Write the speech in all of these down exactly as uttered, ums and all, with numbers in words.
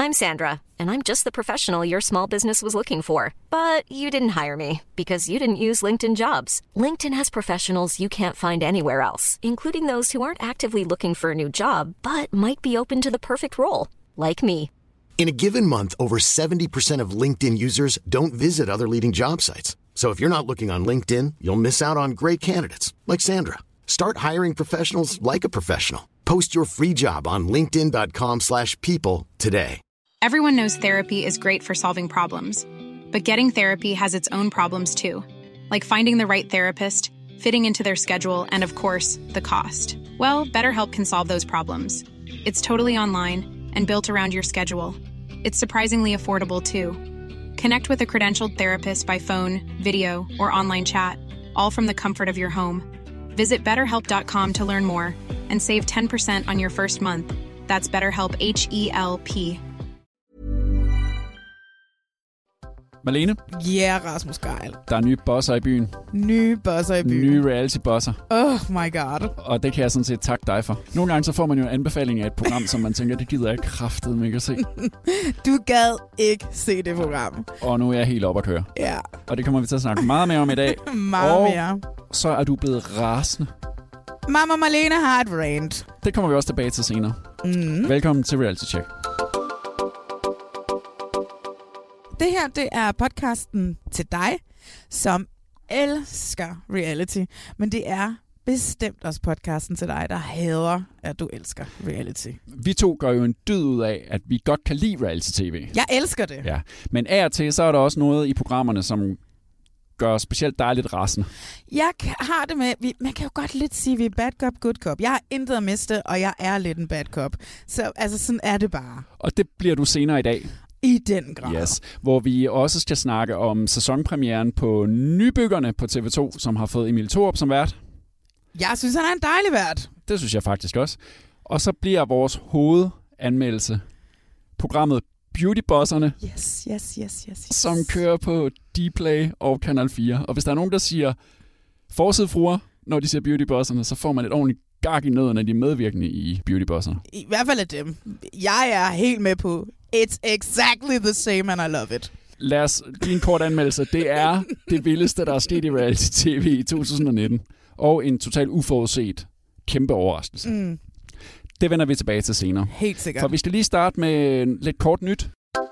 I'm Sandra, and I'm just the professional your small business was looking for. But you didn't hire me because you didn't use LinkedIn Jobs. LinkedIn has professionals you can't find anywhere else, including those who aren't actively looking for a new job, but might be open to the perfect role, like me. In a given month, over seventy percent of LinkedIn users don't visit other leading job sites. So if you're not looking on LinkedIn, you'll miss out on great candidates like Sandra. Start hiring professionals like a professional. Post your free job on linkedin dot com slash people today. Everyone knows therapy is great for solving problems, but getting therapy has its own problems too, like finding the right therapist, fitting into their schedule, and of course, the cost. Well, BetterHelp can solve those problems. It's totally online and built around your schedule. It's surprisingly affordable too. Connect with a credentialed therapist by phone, video, or online chat, all from the comfort of your home. Visit better help dot com to learn more and save ten percent on your first month. That's BetterHelp, H E L P. Malene? Ja, yeah, Rasmus Geil. Der er nye bosser i byen. Nye bosser i byen. Nye reality-bosser. Oh my god. Og det kan jeg sådan set takke dig for. Nogle gange så får man jo en anbefaling af et program, som man tænker, det gider jeg kraftedeme ikke at se. Du gad ikke se det program. Og nu er jeg helt oppe at køre. Ja. Og det kommer vi til at snakke meget mere om i dag. meget og mere. Så er du blevet rasende. Mamma Malene har et rant. Det kommer vi også tilbage til senere. Mm. Velkommen til Reality Check. Det her, det er podcasten til dig, som elsker reality. Men det er bestemt også podcasten til dig, der hader, at du elsker reality. Vi to gør jo en dyd ud af, at vi godt kan lide reality-tv. Jeg elsker det. Ja. Men af og til, så er der også noget i programmerne, som gør specielt dig lidt rasende. Jeg har det med, vi, man kan jo godt lidt sige, at vi er bad cop, good cop. Jeg har intet at miste, og jeg er lidt en bad cop. Så altså, sådan er det bare. Og det bliver du senere i dag. I den grad. Yes. Hvor vi også skal snakke om sæsonpremieren på Nybyggerne på T V to, som har fået Emil Thorup som vært. Jeg synes, han er en dejlig vært. Det synes jeg faktisk også. Og så bliver vores hovedanmeldelse programmet Beautybosserne, yes, yes, yes, yes, yes. som kører på Dplay og Kanal fire. Og hvis der er nogen, der siger forsidefruer, når de siger Beautybosserne, så får man et ordentligt gag i nøden af de medvirkende i Beautybosserne. I hvert fald af dem. Jeg er helt med på it's exactly the same, and I love it. Lad os give en kort anmeldelse. Det er det vildeste, der er sket i reality-tv i to tusind nitten. Og en totalt uforudset kæmpe overraskelse. Mm. Det vender vi tilbage til senere. Helt sikkert. For vi skal lige starte med lidt kort nyt.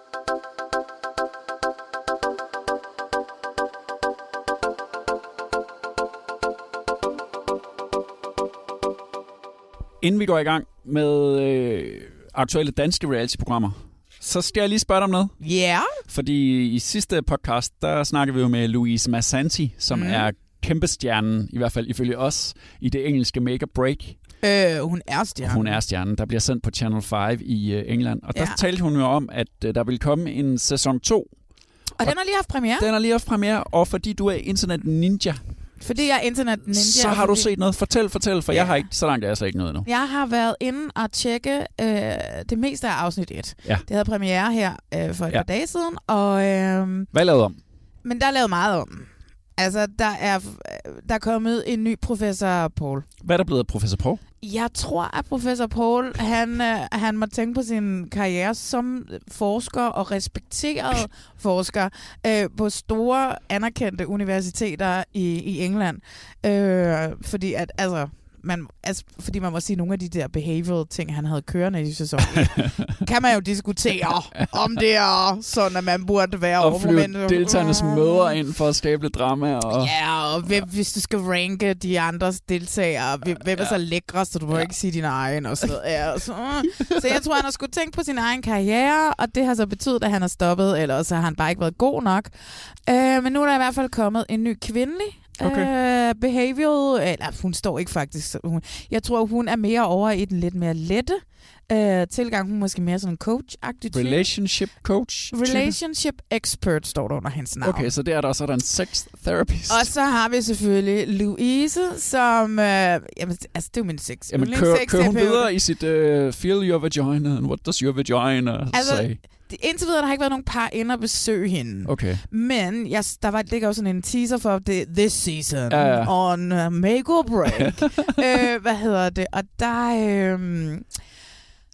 Inden vi går i gang med øh, aktuelle danske reality-programmer, så skal jeg lige spørge dig om noget. Ja. Yeah. Fordi i sidste podcast, der snakkede vi jo med Louise Massanti, som mm. er kæmpestjernen, i hvert fald ifølge os, i det engelske Make or Break. Øh, hun er stjernen. Hun er stjernen, der bliver sendt på Channel fem i uh, England. Og der ja. talte hun jo om, at uh, der vil komme en sæson to. Og, og den har lige haft premiere. Den har lige haft premiere, og fordi du er internet ninja. Fordi jeg er internet ninja. Så har du set noget. Fortæl, fortæl, for ja. jeg har ikke, så langt er jeg så ikke noget endnu. Jeg har været inde og tjekke øh, det meste af afsnit et. Ja. Det havde premiere her øh, for et ja. par dage siden. Og, øh, hvad er lavet om? Men der er lavet meget om. Altså, der er, der er kommet en ny professor Paul. Hvad er der blevet af professor Paul? Jeg tror, at professor Paul, han, øh, han må tænke på sin karriere som forsker og respekteret forsker øh, på store, anerkendte universiteter i, i England. Øh, fordi at, altså... Man, altså, fordi man må sige, nogle af de der behavioral ting, han havde kørende i sæsonen, kan man jo diskutere, om det er sådan, at man burde være og flyve men, deltagernes møder ind for at skabe lidt drama. Og... Ja, og hvem, hvis du skal ranke de andres deltagere, hvem ja. er så lækre, så du må ja. ikke sige din egen. Og så, ja, så, så jeg tror, han har skulle tænke på sin egen karriere, og det har så betydet, at han har stoppet, eller så har han bare ikke været god nok. Øh, men nu er der i hvert fald kommet en ny kvindelig Okay. Uh, behavioral, eller hun står ikke faktisk. Hun, jeg tror, hun er mere over i den lidt mere lette uh, tilgang. Hun er måske mere sådan en coach-agtig type. Relationship coach? Relationship expert står der under hendes navn. Okay, så det er der så er der en sex therapist. Og så har vi selvfølgelig Louise, som... Uh, jamen, altså, det er jo min sex. Jamen, kører, kører hun videre i sit uh, feel your vagina, and what does your vagina altså, say? Indtil videre, der har ikke været nogen par inde og besøge hende. Okay. Men jeg, der var, ligger jo sådan en teaser for det, this season ja, ja. on uh, Make or Break. øh, hvad hedder det? Og der... Øh,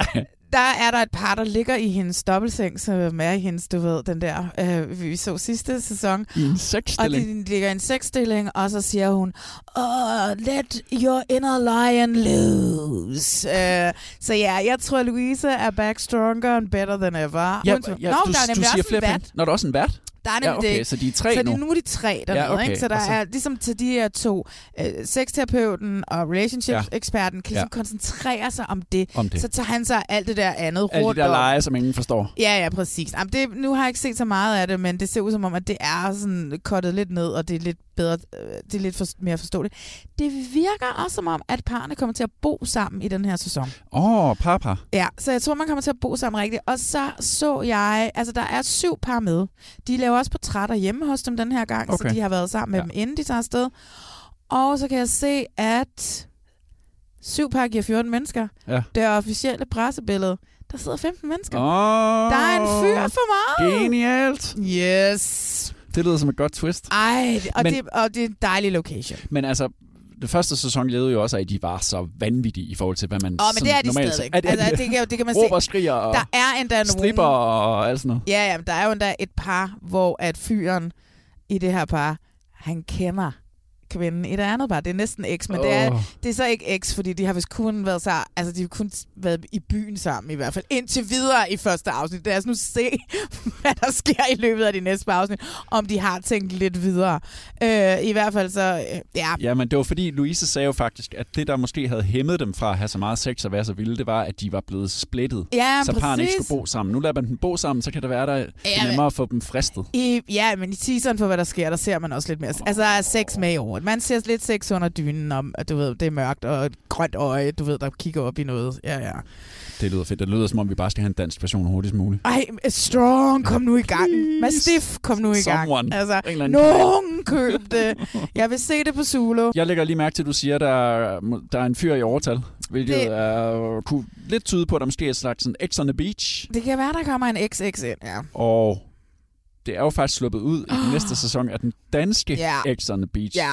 der er der et par, der ligger i hendes dobbeltseng, som er i hendes, du ved, den der, øh, vi så sidste sæson. I en sexstilling. Og de, de ligger i en sexstilling, og så siger hun, oh, let your inner lion loose. Uh, så ja, jeg tror, Louise er back stronger and better than ever. Ja, hun, ja, Nå, du, der er du siger flere penge. Når der er også en vært? Der er ja, okay, det. Så de er tre så nu? Så nu er de tre dernede, ja, okay. ikke? Så der altså. er ligesom til de her to, øh, sexterapeuten og relationship-eksperten kan ligesom ja. koncentrere sig om det. om det. Så tager han sig alt det der andet Alle rundt de der lege, som ingen forstår. Ja, ja, præcis. Jamen, det, nu har jeg ikke set så meget af det, men det ser ud som om, at det er sådan kottet lidt ned, og det er lidt bedre, det er lidt for, mere forståeligt. Det virker også som om, at parerne kommer til at bo sammen i den her sæson. Åh, oh, papa. Ja, så jeg tror, man kommer til at bo sammen rigtigt. Og så så jeg, altså der er syv par med. De laver også portrætter hjemme hos dem den her gang, okay. Så de har været sammen med ja. dem, inden de tager afsted. Og så kan jeg se, at syv par giver fjorten mennesker. Ja. Det er officielle pressebillede. Der sidder femten mennesker. Oh, der er en fyr for meget. Genialt. Yes. Det lyder som et godt twist. Ej, og, men, det, og det er en dejlig location. Men altså, det første sæson levede jo også af, at de var så vanvittige i forhold til, hvad man oh, men det er de normalt stadig. Er det, altså, det, kan, det kan man se. Råber, skriger og der er endda stripper og alt sådan noget. Ja, ja, der er jo endda et par, hvor at fyren i det her par, han kender kvinden i det andet par. Det er næsten eks, men oh. det, er, det er så ikke eks, fordi de har vist kun været så, altså de har kun været i byen sammen i hvert fald, indtil videre i første afsnit. Lad os nu se, hvad der sker i løbet af de næste afsnit, om de har tænkt lidt videre. Øh, I hvert fald så, øh, ja. Ja, men det var fordi, Louise sagde jo faktisk, at det, der måske havde hæmmet dem fra at have så meget sex og være så vilde, det var, at de var blevet splittet. Ja, så præcis. parerne ikke skulle bo sammen. Nu lader man dem bo sammen, så kan det være, der det er nemmere at få dem fristet. I, ja, men i teaseren for, hvad der sker, der ser man også lidt mere. Altså, der er sex med i år. Man ser lidt sex under dynen, om at du ved, det er mørkt, og et grønt øje, du ved, der kigger op i noget. Ja, ja. Det lyder fedt. Det lyder, som om vi bare skal have en dansk version hurtigst muligt. Ej, Strong, kom nu i gang. Mastiff, kom nu i gang. Someone. Altså, nogen køb det. Jeg vil se det på Zulu. Jeg lægger lige mærke til, at du siger, at der, der er en fyr i overtal, hvilket det er, kunne lidt tyde på, at der måske er et slags sådan X on the Beach. Det kan være, der kommer en X X ind, ja. Og det er jo faktisk sluppet ud i den næste sæson af den danske yeah. X on the Beach. Ja.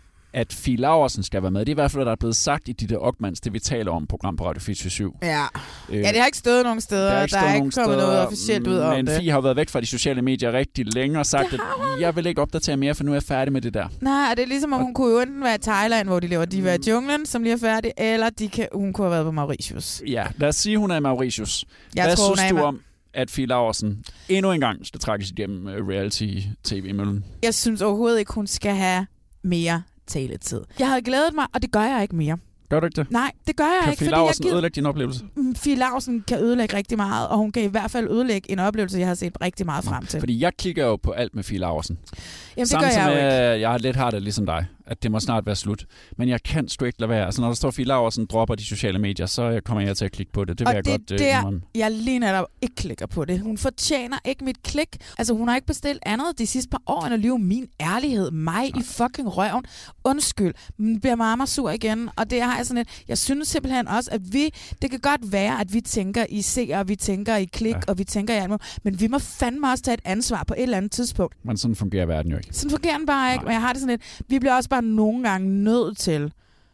At Fie Laursen skal være med. Det er i hvert fald, der er blevet sagt i de der Ockmans, det vi taler om, program på Radio fireogtyve syv. Ja. Øh, ja, det har ikke stået nogen steder. Der er ikke, der er ikke kommet steder, noget officielt ud om men det. Men Fie har været væk fra de sociale medier rigtig længe og sagt, at jeg vil ikke opdatere mere, for nu er jeg færdig med det der. Nej, og det er ligesom, om hun kunne jo enten være i Thailand, hvor de lever Diva i junglen, som lige er færdig, eller de kan, hun kunne have været på Mauritius. Ja, lad os sige, hun er i Mauritius. Jeg Hvad tror, synes du om, at Fie Laursen endnu en gang skal trækkes igennem reality-tv-møllen? Jeg synes overhovedet ikke, hun skal have mere taletid. Jeg havde glædet mig, og det gør jeg ikke mere. Gør du ikke det? Nej, det gør jeg kan ikke. Kan Fie Laursen gider... ødelægge din oplevelse? Fie Laursen kan ødelægge rigtig meget, og hun kan i hvert fald ødelægge en oplevelse, jeg har set rigtig meget frem til. Fordi jeg kigger jo på alt med Fie Laursen. Jamen, det Samtidig gør jeg jo med, ikke. Jeg har lidt har det ligesom dig, at det må snart være slut. Men jeg kan sgu ikke lade være. Altså, når der står Fie Laursen dropper de sociale medier, så kommer jeg til at klikke på det. Det vil og jeg det godt der, indrømme. Jeg lige netop ikke klikker på det. Hun fortjener ikke mit klik. Altså, hun har ikke bestilt andet de sidste par år, end at lyve min ærlighed. Mig Nej. i fucking røven. Undskyld. Men bliver mamma sur igen. Og det har jeg sådan lidt. Jeg synes simpelthen også, at vi... Det kan godt være, at vi tænker i seere, vi tænker i klik, ja. og vi tænker i alt muligt. Men vi må fandme også tage et ansvar på et eller andet tidspunkt. Men sådan fungerer verden jo ikke. Sådan fungerer den bare ikke. Men jeg har det sådan lidt. Vi bliver også bare nogle gange nødt til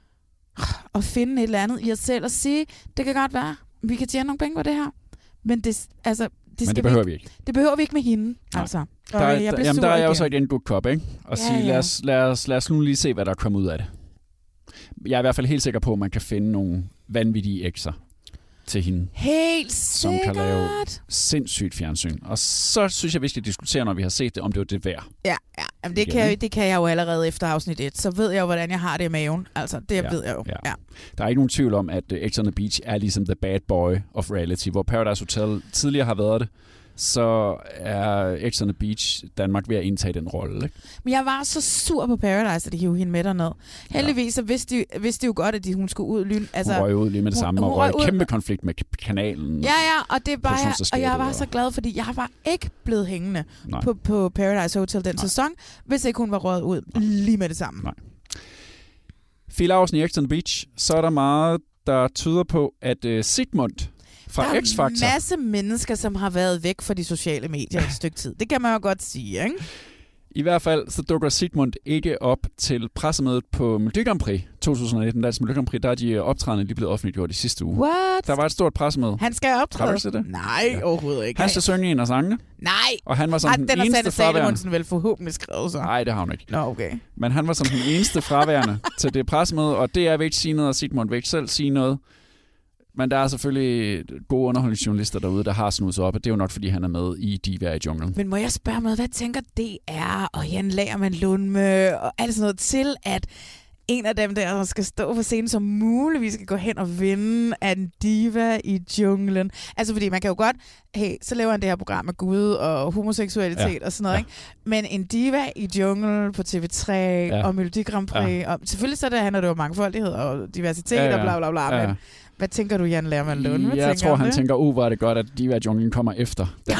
at finde et eller andet i os selv og sige, det kan godt være, vi kan tjene nogle penge på det her. Men det, altså, det, Men det behøver vi ikke. Det behøver vi ikke med hende. Altså. Der, der, jeg jamen, der er jeg jo så igen good cop, ikke? Og ja, sige, ja. Lad, os, lad, os, lad os nu lige se, hvad der kommer ud af det. Jeg er i hvert fald helt sikker på, at man kan finde nogle vanvittige ekser til hende. Helt som sikkert. Som kan lave sindssygt fjernsyn. Og så synes jeg, vi skal diskutere, når vi har set det, om det var det værd. Ja, ja. Jamen, det, kan, det kan jeg jo allerede efter afsnit et. Så ved jeg jo, hvordan jeg har det i maven. Altså, det ja, ved jeg jo. Ja. Ja. Der er ikke nogen tvivl om, at X on the Beach er ligesom the bad boy of reality, hvor Paradise Hotel tidligere har været det. Så er X on the Beach Danmark ved at indtage den rolle, ikke? Men jeg var så sur på Paradise, at de hive hende med derned. Heldigvis så vidste de, vidste de jo godt, at de, hun skulle ud lyn. Altså, hun røg ud lige med det hun, samme, hun og røg røg kæmpe konflikt med kanalen. Ja, ja, og, det bare, jeg, og jeg var så glad, fordi jeg var ikke blevet hængende på, på Paradise Hotel den Nej. sæson, hvis ikke hun var røget ud Nej. lige med det samme. Nej. Fie Laursen i X on the Beach, så er der meget, der tyder på, at uh, Sigmund fra der er X-Factor. en masse mennesker, som har været væk fra de sociale medier et stykke tid. Det kan man jo godt sige, ikke? I hvert fald så dukker Sigmund ikke op til pressemødet på Melodi Grand Prix to tusind nitten. Dansk Melodi Grand Prix, der er de optrædende lige blevet offentliggjort i sidste uge. What? Der var et stort pressemøde. Han skal optræde? Har du set det? Nej, ja. Overhovedet ikke. Han skal synge en af sangene. Nej! Og han var som Ej, den, den eneste fraværende. Den vel forhåbentlig skrevet så. Nej, det har hun ikke. Nå, okay. Men han var som den eneste fraværende til det pressemøde, og det er vil ikke sige noget, og Sigmund vil ikke selv sige noget. Men der er selvfølgelig gode underholdningsjournalister derude, der har snuset op, og det er jo nok, fordi han er med i Diva i junglen. Men må jeg spørge mig, hvad tænker D R og Jan Lagerman Lundme og alt sådan noget til, at en af dem der skal stå på scenen, som muligvis skal gå hen og vinde af en diva i junglen? Altså, fordi man kan jo godt, hey, så laver han det her program med Gud og homoseksualitet ja. og sådan noget, ja. ikke? Men en diva i junglen på T V tre ja. og Melodi Grand Prix, ja. og selvfølgelig så der handler det jo om mangfoldighed og diversitet ja, ja. og bla bla bla, ja. men hvad tænker du, Jan Lagerman Lund? Hvad jeg tror, han det? tænker, uh, hvor er det godt, at Diva i junglen kommer efter den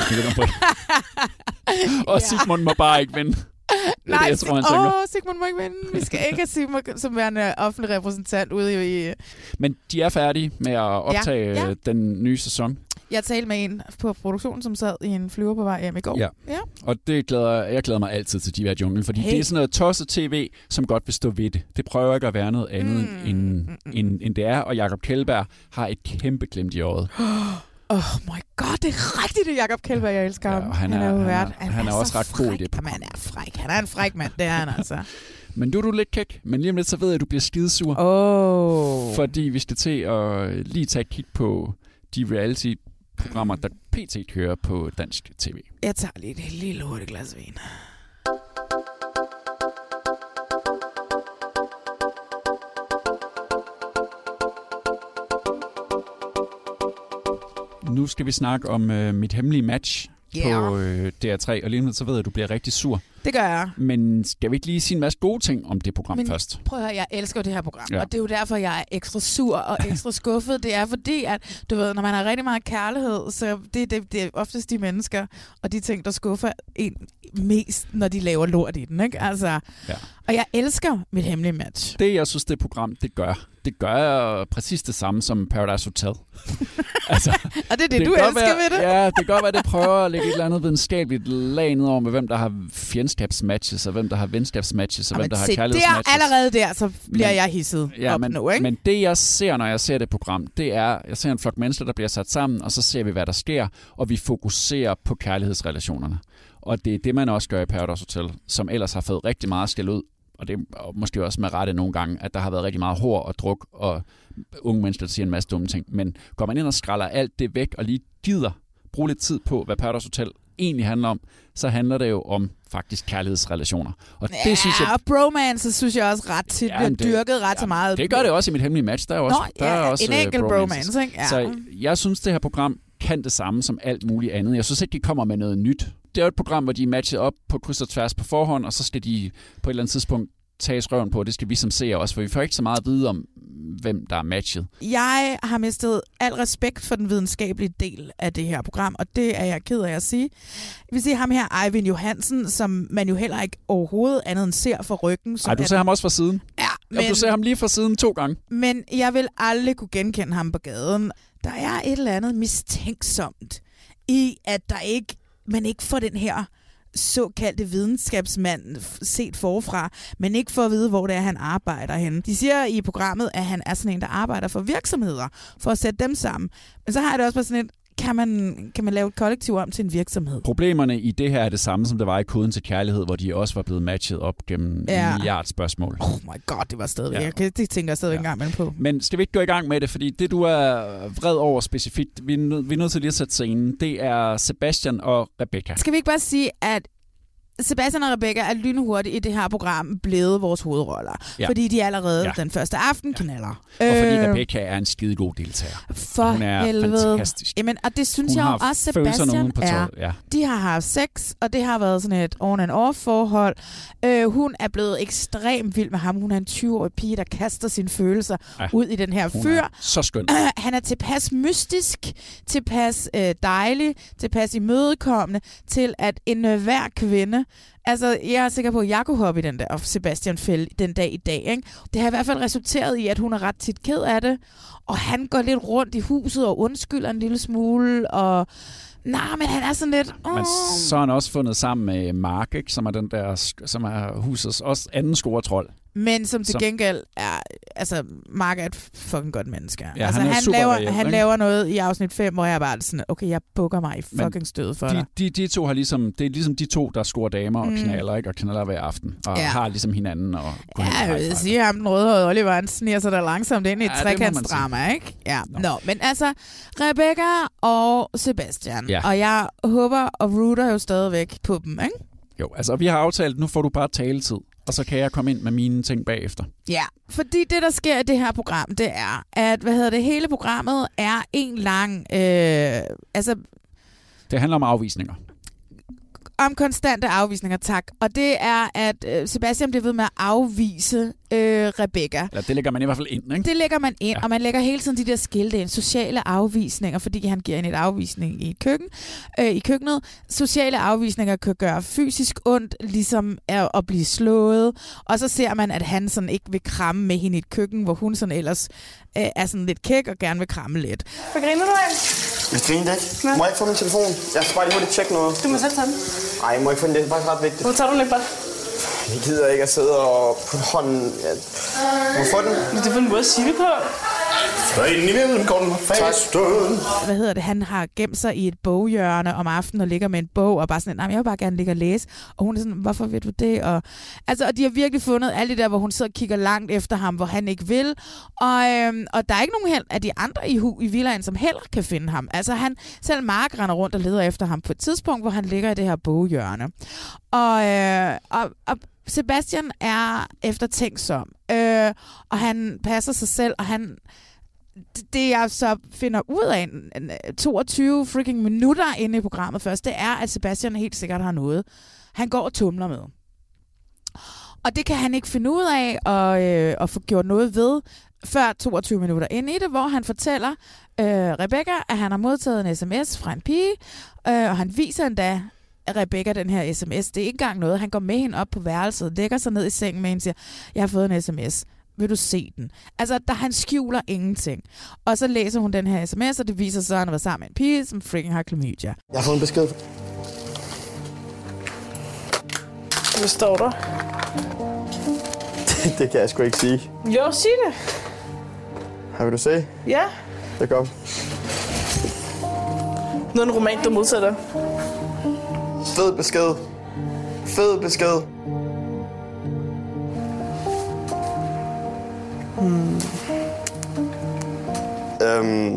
Og Sigmund må bare ikke vinde. Det Nej, det, jeg tror, han tænker. Åh, Sigmund må ikke vinde. Vi skal ikke have Sigmund som værende offentlig repræsentant ude i... Men de er færdige med at optage ja, ja. den nye sæson. Jeg talte med en på produktionen, som sad i en flyver på vej hjem i går. Ja, ja. Og det glæder, jeg glæder mig altid til Diva i junglen, fordi hey. det er sådan noget tosset tv, som godt vil stå ved det. Det prøver ikke at være noget andet, mm. end, mm. end, end det er, og Jakob Kjeldberg har et kæmpe glimt i øjet. Oh my god, det er rigtigt, det er Jakob Kjeldberg, jeg elsker ham. Ja, han, er, han, er, han, er, han, han er, er også ret god i det. Jamen, han er fræk. Han er en fræk mand, det er han altså. Men nu er du lidt kæk, men lige om lidt, så ved jeg, at du bliver skidesur. Oh. Fordi vi skal til at lige tage et kig på de reality-programmer, der pt. Kører på dansk tv. Jeg tager lige et lille hurtigt glas vin. Nu skal vi snakke om øh, mit hemmelige match yeah. på øh, D R tre, og lige nu så ved jeg, at du bliver rigtig sur. Det gør jeg. Men skal vi ikke lige sige en masse gode ting om det program Men først? Prøv at høre, jeg elsker det her program, ja. og det er jo derfor, jeg er ekstra sur og ekstra skuffet. Det er fordi, at du ved, når man har rigtig meget kærlighed, så det, det, det er oftest de mennesker og de ting, der skuffer en mest, når de laver lort i den, ikke? Altså, ja. Og jeg elsker mit hemmelige match. Det, jeg synes, det program, det gør, det gør præcis det samme som Paradise Hotel. altså, og det er det, det du elsker være, ved det? Ja, det kan godt være, det prøver at lægge et eller andet videnskabeligt lag ned over med, hvem der har fjendskabsmatches, og hvem der har venskabsmatches, og ja, hvem der har kærlighedsmatches. Der, allerede der, så bliver men, jeg hisset ja, op men, nu, ikke? Men det, jeg ser, når jeg ser det program, det er, jeg ser en flok mennesker, der bliver sat sammen, og så ser vi, hvad der sker, og vi fokuserer på kærlighedsrelationerne. Og det er det, man også gør i Paradise Hotel, som ellers har fået rigtig meget skæld ud. Og det er måske også med rette nogle gange, at der har været rigtig meget hår og druk, og unge mennesker, der siger en masse dumme ting. Men går man ind og skralder alt det væk, og lige gider bruge lidt tid på, hvad Paradise Hotel egentlig handler om, så handler det jo om faktisk kærlighedsrelationer. Og ja, det synes jeg... og bromance, synes jeg også ret tit bliver dyrket ret ja, så meget. Det gør det også i mit hemmelige match. Der er også, Nå, der ja, er også en enkelt bromance, ikke? Ja. Så jeg synes, det her program kan det samme som alt muligt andet. Jeg synes ikke, de kommer med noget nyt. Det er jo et program, hvor de er matchet op på kryds og tværs på forhånd, og så skal de på et eller andet tidspunkt tages røven på. Det skal vi som seere også, for vi får ikke så meget at vide om, hvem der er matchet. Jeg har mistet al respekt for den videnskabelige del af det her program, og det er jeg ked af at sige. Jeg vil sige ham her, Eivind Johansen, som man jo heller ikke overhovedet andet end ser for ryggen. Ej, du ser ham også fra siden. Ja, men... Ja, du ser ham lige fra siden to gange. Men jeg vil aldrig kunne genkende ham på gaden. Der er et eller andet mistænksomt i, at der ikke, man ikke får den her såkaldte videnskabsmand set forfra, men ikke for at vide, hvor det er, han arbejder henne. De siger i programmet, at han er sådan en, der arbejder for virksomheder, for at sætte dem sammen. Men så har jeg det også bare sådan et, kan man, kan man lave et kollektiv om til en virksomhed? Problemerne i det her er det samme, som det var i Koden til Kærlighed, hvor de også var blevet matchet op gennem ja. en milliard spørgsmål. Oh my god, det var stadigvæk. Ja. Jeg, det tænker jeg stadigvæk ja. en gang med på. Men skal vi ikke gå i gang med det? Fordi det, du er vred over specifikt, vi er, nød, vi er nødt til lige at sætte scenen, det er Sebastian og Rebecca. Skal vi ikke bare sige, at Sebastian og Rebecca er lynhurtigt i det her program blevet vores hovedroller. Ja. Fordi de allerede ja. den første aften knaller. Ja. Og fordi Rebecca er en skidegod deltager. For hun er helvede. fantastisk. Jamen, og det synes hun jeg også, Sebastian er. Ja. De har haft sex, og det har været sådan et on and off forhold. Øh, hun er blevet ekstremt vild med ham. Hun er en tyve-årig pige, der kaster sine følelser ja. ud i den her hun fyr. Så skøn. Øh, han er tilpas mystisk, tilpas øh, dejlig, tilpas imødekommende til, at enhver kvinde. Altså, jeg er sikker på, at jeg kunne hoppe i den der Sebastian Feld den dag i dag. Ikke? Det har i hvert fald resulteret i, at hun er ret tit ked af det. Og han går lidt rundt i huset og undskylder en lille smule. Og Nej, men han er sådan lidt... Uh. Men så har han også fundet sammen med Mark, ikke? Som er den der, som er husets også anden scoretrold. Men som til som, gengæld er... Altså, Mark er et fucking godt menneske. Ja, altså, han, han, laver, reelt, han laver noget i afsnit fem, hvor jeg bare er sådan, okay, jeg bukker mig i fucking stød for de, dig. De, de to har ligesom... Det er ligesom de to, der scorer damer og mm. knaller, ikke? Og knaller hver aften. Og ja. har ligesom hinanden. Og ja, jeg vil sige, at ham den rødhårede Oliver, han sniger sig der langsomt ind i et ja, trekantsdrama, ikke? Ja. Nå. Nå, men altså, Rebecca og Sebastian. Ja. Og jeg håber og rooter jo stadigvæk på dem, ikke? Jo, altså vi har aftalt, nu får du bare taletid. Og så kan jeg komme ind med mine ting bagefter. Ja, fordi det, der sker i det her program, det er, at hvad hedder det, hele programmet er en lang... Øh, altså, det handler om afvisninger. Om konstante afvisninger, tak. Og det er, at øh, Sebastian bliver ved med at afvise øh, Rebecca. Ja, det lægger man i hvert fald ind, ikke? Det lægger man ind, ja. Og man lægger hele tiden de der skilte ind. Sociale afvisninger, fordi han giver hende et afvisning i et køkken, øh, i køkkenet. Sociale afvisninger kan gøre fysisk ondt, ligesom at, at blive slået. Og så ser man, at han sådan ikke vil kramme med hende i et køkken, hvor hun sådan ellers øh, er sådan lidt kæk og gerne vil kramme lidt. Hvad griner du af? Jeg griner ikke. Må jeg ikke få min telefon? Jeg skal bare lige hurtigt tjekke noget. Du må selv tage den. Nej, jeg må ikke få den. Det er faktisk ret vigtigt. Hvor tager du den ikke bare? Jeg gider ikke at sidde og putte hånden... Jeg må få den. Det er for en måde at sige det på. Hvad hedder det? Han har gemt sig i et boghjørne om aftenen og ligger med en bog og bare sådan, nej, jeg vil bare gerne ligge og læse. Og hun er sådan, hvorfor ved du det? Og, altså, og de har virkelig fundet alle det der, hvor hun sidder og kigger langt efter ham, hvor han ikke vil. Og, øhm, og der er ikke nogen af de andre i, hu- i villaen, som heller kan finde ham. Altså han, selv Mark render rundt og leder efter ham på et tidspunkt, hvor han ligger i det her boghjørne. Og, øh, og, og Sebastian er eftertænksom. Øh, og han passer sig selv, og han... Det jeg så finder ud af toogtyve freaking minutter inde i programmet først, det er, at Sebastian helt sikkert har noget, han går og tumler med. Og det kan han ikke finde ud af og, øh, at få gjort noget ved, før toogtyve minutter inde i det, hvor han fortæller øh, Rebecca, at han har modtaget en sms fra en pige, øh, og han viser endda Rebecca den her sms. Det er ikke engang noget. Han går med hende op på værelset, lægger sig ned i sengen med hende og siger, jeg har fået en sms. Vil du se den? Altså, der han skjuler ingenting. Og så læser hun den her sms, og det viser sig, at han har været sammen med en pige, som freaking har klamydia. Jeg har fået en besked. Hvad står der? Det, det kan jeg sgu ikke sige. Jo, sig det. Har vil du se? Ja. Det kom. Nu er en roman, du modsætter. Fed besked. Fed besked. Hmm. Øhm,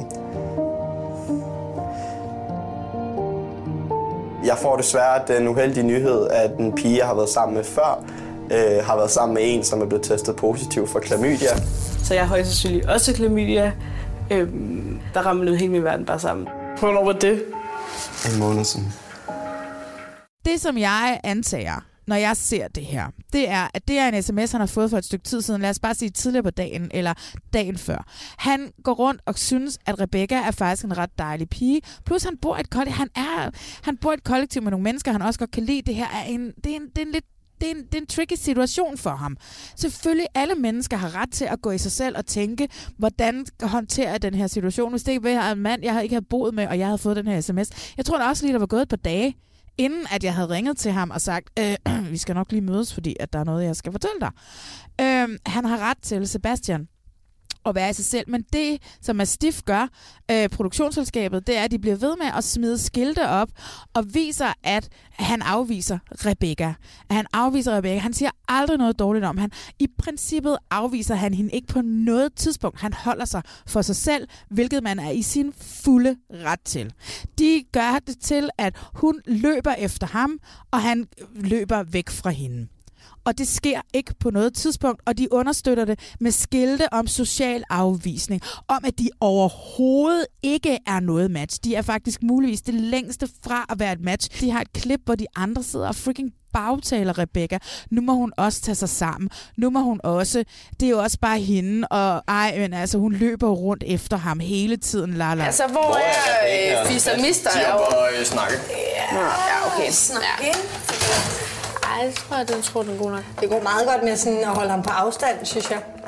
jeg får desværre den uheldige nyhed, at en pige, jeg har været sammen med før, øh, har været sammen med en, som er blevet testet positiv for klamydia. Så jeg har højst sandsynligt også klamydia. Øhm, der ramlede hele min verden bare sammen. Hvornår var det? En måned siden. Det, som jeg antager, når jeg ser det her, det er, at det er en sms, han har fået for et stykke tid siden. Lad os bare sige tidligere på dagen, eller dagen før. Han går rundt og synes, at Rebecca er faktisk en ret dejlig pige. Plus han bor i et kollektiv, han er, han bor i et kollektiv med nogle mennesker, han også godt kan lide. Det her er en, det er en, det er en lidt Det er, en, det er en tricky situation for ham. Selvfølgelig, alle mennesker har ret til at gå i sig selv og tænke, hvordan håndterer jeg den her situation. Hvis det ikke var en mand, jeg ikke havde boet med, og jeg havde fået den her sms. Jeg tror da også lige, der var gået et par dage, inden at jeg havde ringet til ham og sagt, øh, vi skal nok lige mødes, fordi at der er noget, jeg skal fortælle dig. Øh, han har ret til, Sebastian, at være i sig selv. Men det, som Mastiff gør, øh, produktionsselskabet, det er, at de bliver ved med at smide skilte op og viser, at han afviser Rebecca. At han afviser Rebecca. Han siger aldrig noget dårligt om han. I princippet afviser han hende ikke på noget tidspunkt. Han holder sig for sig selv, hvilket man er i sin fulde ret til. De gør det til, at hun løber efter ham, og han løber væk fra hende. Og det sker ikke på noget tidspunkt, og de understøtter det med skilte om social afvisning, om at de overhovedet ikke er noget match. De er faktisk muligvis det længste fra at være et match. De har et klip, hvor de andre sidder og freaking bagtaler Rebecca. Nu må hun også tage sig sammen. Nu må hun også. Det er jo også bare hende, og ej, men altså, hun løber rundt efter ham hele tiden. Lala. Altså, hvor, hvor er øh, Fis og Mister? De er på snakke. Ja, ja, okay. Snakke. Ja. Ej, jeg tror, den tror, den er god nok. Det går meget godt med sådan at holde ham på afstand, synes jeg.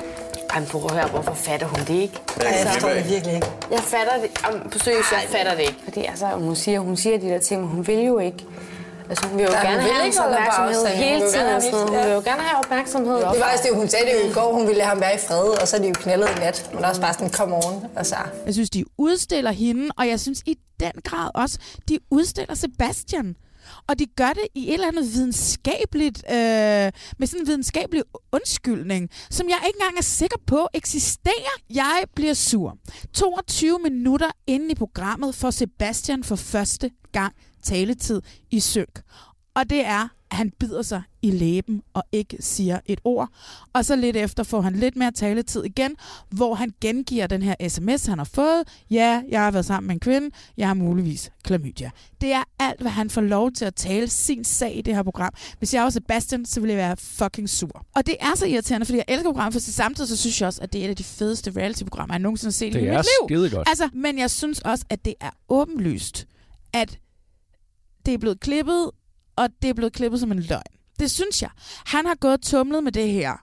Ej, prøv at høre, hvorfor fatter hun det ikke? Altså, jeg forstår det virkelig ikke. Jeg fatter det. På seriøst, jeg fatter det ikke. Fordi altså, hun siger, hun siger de der ting, men hun vil jo ikke. Altså, hun vil jo ja, gerne have hans opmærksomhed hele tiden. Hun vil jo gerne have opmærksomhed. Det var faktisk det, hun sagde det jo i går. Hun ville lade ham være i fred, og så er de jo knældet i nat. Men også bare sådan, come on. Altså. Jeg synes, de udstiller hende, og jeg synes i den grad også, de udstiller Sebastian. Og de gør det i et eller andet videnskabeligt, øh, med sådan en videnskabelig undskyldning, som jeg ikke engang er sikker på eksisterer. Jeg bliver sur. toogtyve minutter inde i programmet får Sebastian for første gang taletid i synk. Og det er, at han bider sig i læben og ikke siger et ord. Og så lidt efter får han lidt mere taletid igen, hvor han gengiver den her sms, han har fået. Ja, jeg har været sammen med en kvinde. Jeg har muligvis klamydia. Det er alt, hvad han får lov til at tale sin sag i det her program. Hvis jeg var Sebastian, så ville jeg være fucking sur. Og det er så irriterende, fordi jeg elsker programmet, for samtidig så synes jeg også, at det er et af de fedeste reality-programmer, jeg nogensinde har set det i mit liv. Det er skide godt. Altså, men jeg synes også, at det er åbenlyst, at det er blevet klippet, og det er blevet klippet som en løgn. Det synes jeg. Han har gået tumlet med det her.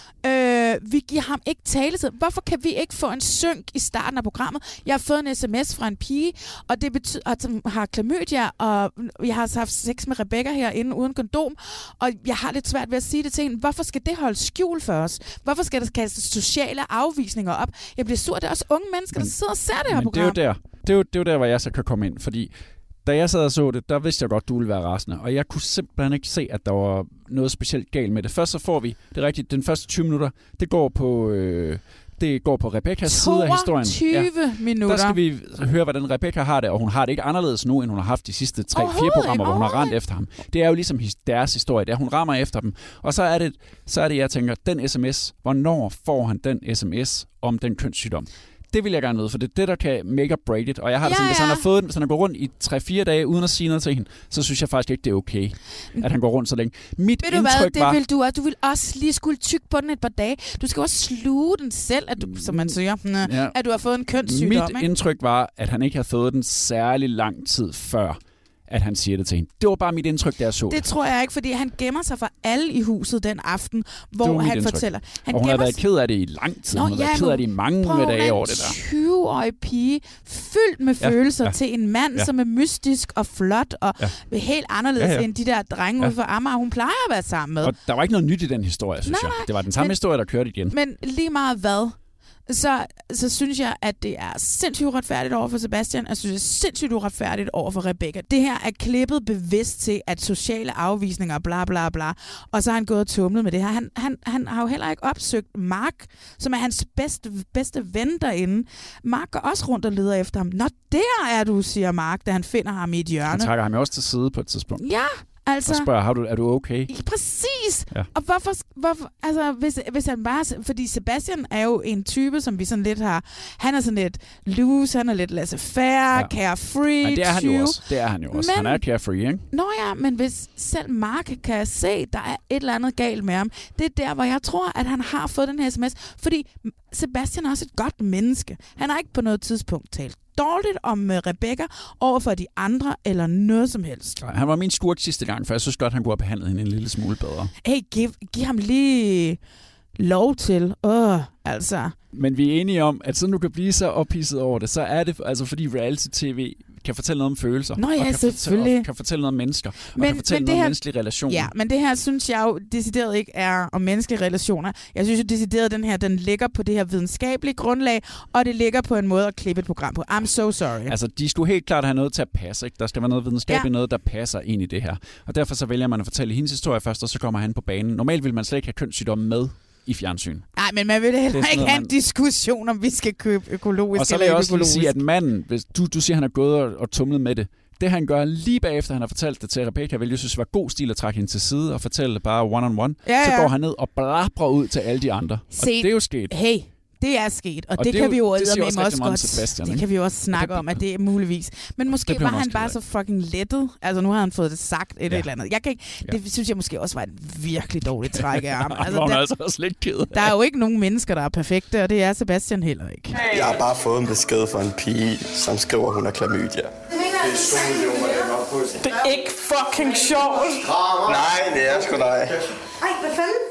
Øh, vi giver ham ikke taletid. Hvorfor kan vi ikke få en synk i starten af programmet? Jeg har fået en sms fra en pige, og det betyder, at hun har klamydia, og jeg har haft sex med Rebecca herinde uden kondom, og jeg har lidt svært ved at sige det til hende. Hvorfor skal det holde skjul for os? Hvorfor skal der kastes sociale afvisninger op? Jeg bliver sur. Det er også unge mennesker, der sidder og ser det her men program. Det er jo der. Det er jo, det er jo der, hvor jeg så kan komme ind, fordi da jeg sad og så det, der vidste jeg godt, du ville være rasende. Og jeg kunne simpelthen ikke se, at der var noget specielt galt med det. Først så får vi, det er rigtigt, den første tyve minutter, det går på, øh, det går på Rebeccas side af historien. toogtyve ja. minutter. Der skal vi høre, hvordan Rebecca har det, og hun har det ikke anderledes nu, end hun har haft de sidste tre fire programmer, hvor hun har rendt efter ham. Det er jo ligesom deres historie, der hun rammer efter dem. Og så er det, så er det jeg tænker, den sms, hvornår får han den sms om den kønssygdom? Det vil jeg gerne vide, for det er det, der kan make or break it. Og jeg har det ja, sådan, hvis ja. han har fået den, hvis han har gået rundt i tre fire dage uden at sige noget til hende, så synes jeg faktisk ikke, det er okay, at han går rundt så længe. Mit Ved du indtryk hvad, det var... vil du også. Du vil også lige skulle tykke på den et par dage. Du skal også sluge den selv, at du, som man siger, ja. at du har fået en kønssygdom. Mit ikke? indtryk var, at han ikke havde fået den særlig lang tid før, at han siger det til hende. Det var bare mit indtryk, da jeg så det. Det tror jeg ikke, fordi han gemmer sig for alle i huset den aften, hvor han indtryk. fortæller. Han og hun har været sig... ked af det i lang tid. Nå, hun har ja, været ked af det i mange prøv, dage over det der. tyve-årig pige, fyldt med ja, følelser ja. til en mand, ja. som er mystisk og flot og ja. helt anderledes ja, ja. end de der drenge ja. ude for Amager, hun plejer at være sammen med. Og der var ikke noget nyt i den historie, synes nej, jeg. Det var den samme men, historie, der kørte igen. Men lige meget hvad? Så, så synes jeg, at det er sindssygt uretfærdigt over for Sebastian. Jeg synes, det er sindssygt uretfærdigt over for Rebecca. Det her er klippet bevidst til, at sociale afvisninger, bla bla bla, og så har han gået og tumlet med det her. Han, han, han har jo heller ikke opsøgt Mark, som er hans bedste, bedste ven derinde. Mark går også rundt og leder efter ham. Nå, der er du, siger Mark, da han finder ham i et hjørne. Han trækker ham også til side på et tidspunkt. Ja. Altså, og spørger, du, er du okay? Præcis! Ja. Og hvorfor, hvorfor altså, hvis, hvis han bare... Fordi Sebastian er jo en type, som vi sådan lidt har... Han er sådan lidt loose, han er lidt laissez-faire, ja. carefree. Men det er han tyve. jo også. Det er han jo også. Men, han er carefree, ikke? Nå ja, men hvis selv Mark kan se, der er et eller andet galt med ham, det er der, hvor jeg tror, at han har fået den her sms. Fordi Sebastian er også et godt menneske. Han har ikke på noget tidspunkt talt dårligt om Rebecca over for de andre, eller noget som helst. Nej, han var min skurk sidste gang, for jeg synes godt, han kunne have behandlet hende en lille smule bedre. Hey, giv, giv ham lige lov til. Åh, altså. Men vi er enige om, at siden du kan blive så ophidset over det, så er det altså fordi reality-tv kan fortælle noget om følelser. Nå ja, og kan selvfølgelig. Fortælle, og kan fortælle noget om mennesker. Og men, kan fortælle men noget her, om menneskelige relationer. Ja, men det her synes jeg jo decideret ikke er om menneskelige relationer. Jeg synes jo decideret, den her, den ligger på det her videnskabelige grundlag, og det ligger på en måde at klippe et program på. I'm so sorry. Altså, de skulle helt klart have noget til at passe, ikke? Der skal være noget videnskabeligt, ja. noget, der passer ind i det her. Og derfor så vælger man at fortælle hendes historie først, og så kommer han på banen. Normalt vil man slet ikke have kønssygdomme med i fjernsyn. Nej, men man vil heller ikke have en man... diskussion, om vi skal købe økologisk og så eller vil jeg også økologisk. sige, at manden, hvis du, du siger, at han er gået og, og tumlet med det, det han gør lige bagefter, han har fortalt det til Rebecca, vil jeg synes var god stil at trække hende til side og fortælle det bare one-on-one. Ja, ja. Så går han ned og blabrer ud til alle de andre. Se, og det er jo sket. Hey, det er sket, og, og det, det kan jo, vi jo også, også, også godt. Sebastian, det kan vi jo også snakke det, om, at det er muligvis. Men måske var han bare så fucking lettet. Altså nu har han fået det sagt et ja. eller andet. Jeg kan ikke, det ja. synes jeg måske også var et virkelig dårligt træk af ham. Altså, der, altså også lidt ked af. Der er jo ikke nogen mennesker, der er perfekte, og det er Sebastian heller ikke. Hey. Jeg har bare fået en besked fra en pige, som skriver, hun har klamydia. Det er to millioner, jeg nok på. Det er ikke fucking sjovt. Nej, det er sgu dig. Ej, hvad fanden?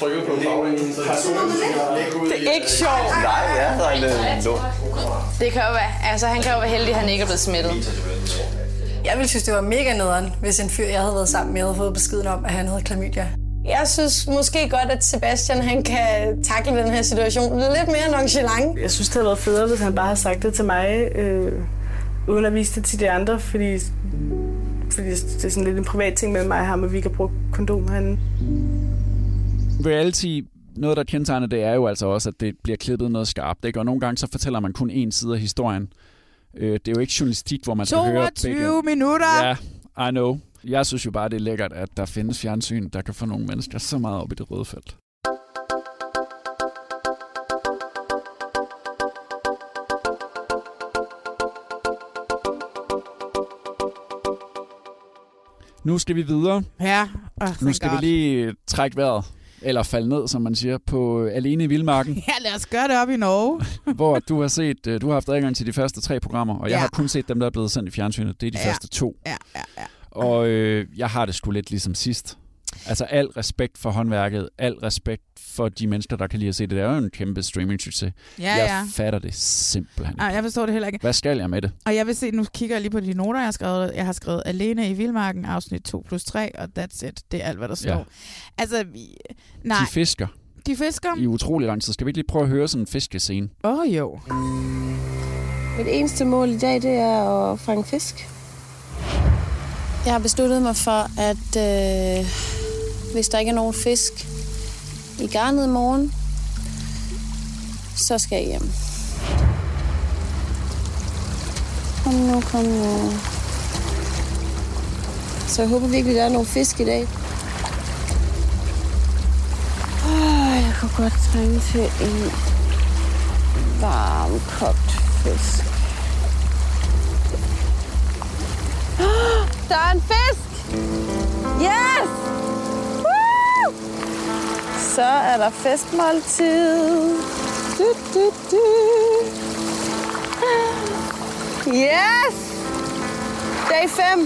trykket på baglænden. Det er ikke sjovt. Nej, jeg har en lort. Det kan jo være, altså han kan jo være heldig, at han ikke er blevet smittet. Jeg ville synes, det var mega nederen, hvis en fyr, jeg havde været sammen med, havde fået beskeden om, at han havde klamydia. Jeg synes måske godt, at Sebastian han kan takle den her situation lidt mere nonchalant. Jeg synes, det havde været federe, hvis han bare havde sagt det til mig, øh, uden at vise det til de andre, fordi, fordi det er sådan lidt en privat ting mellem mig og ham, at vi kan bruge kondom herinde. Reality, noget der kendetegner det, er jo altså også, at det bliver klippet noget skarpt. Ikke? Og nogle gange så fortæller man kun én side af historien. Øh, det er jo ikke journalistik, hvor man skal høre begge. toogtyve minutter! Ja, I know. Jeg synes jo bare, det er lækkert, at der findes fjernsyn, der kan få nogle mennesker så meget op i det røde felt. Nu skal vi videre. Ja. Oh, nu skal God. vi lige trække vejret. Eller falde ned, som man siger, på Alene i Vildmarken. Ja, lad os gøre det op i Norge. Hvor du har set, du har haft adgang til de første tre programmer, og jeg ja. har kun set dem, der er blevet sendt i fjernsynet. Det er de ja. første to. Ja, ja, ja. Og øh, jeg har det sgu lidt ligesom sidst. Altså al respekt for håndværket, al respekt for de mennesker, der kan lide at se det. Det er jo en kæmpe streaming-succes. Ja, jeg ja. fatter det simpelthen ikke. Ej, jeg forstår det heller ikke. Hvad skal jeg med det? Og jeg vil se, nu kigger jeg lige på de noter, jeg har skrevet. Jeg har skrevet Alene i Vildmarken, afsnit to plus tre, og that's it. Det er alt, hvad der står. Ja. Altså, vi, nej. De fisker. De fisker? I utrolig lang tid. Skal vi ikke lige prøve at høre sådan en fiskescene? Åh, oh, jo. Mit eneste mål i dag, det er at fange fisk. Jeg har besluttet mig for, at øh, hvis der ikke er nogen fisk i garnet i morgen, så skal jeg hjem. Kom nu, kom nu. Så jeg håber virkelig, der er nogle fisk i dag. Oh, jeg kunne godt trænge til en varm, kogt fisk. Oh, der er en fisk! Yes! Woo! Så er der festmåltid. Du, du, du. Yes! Dag fem.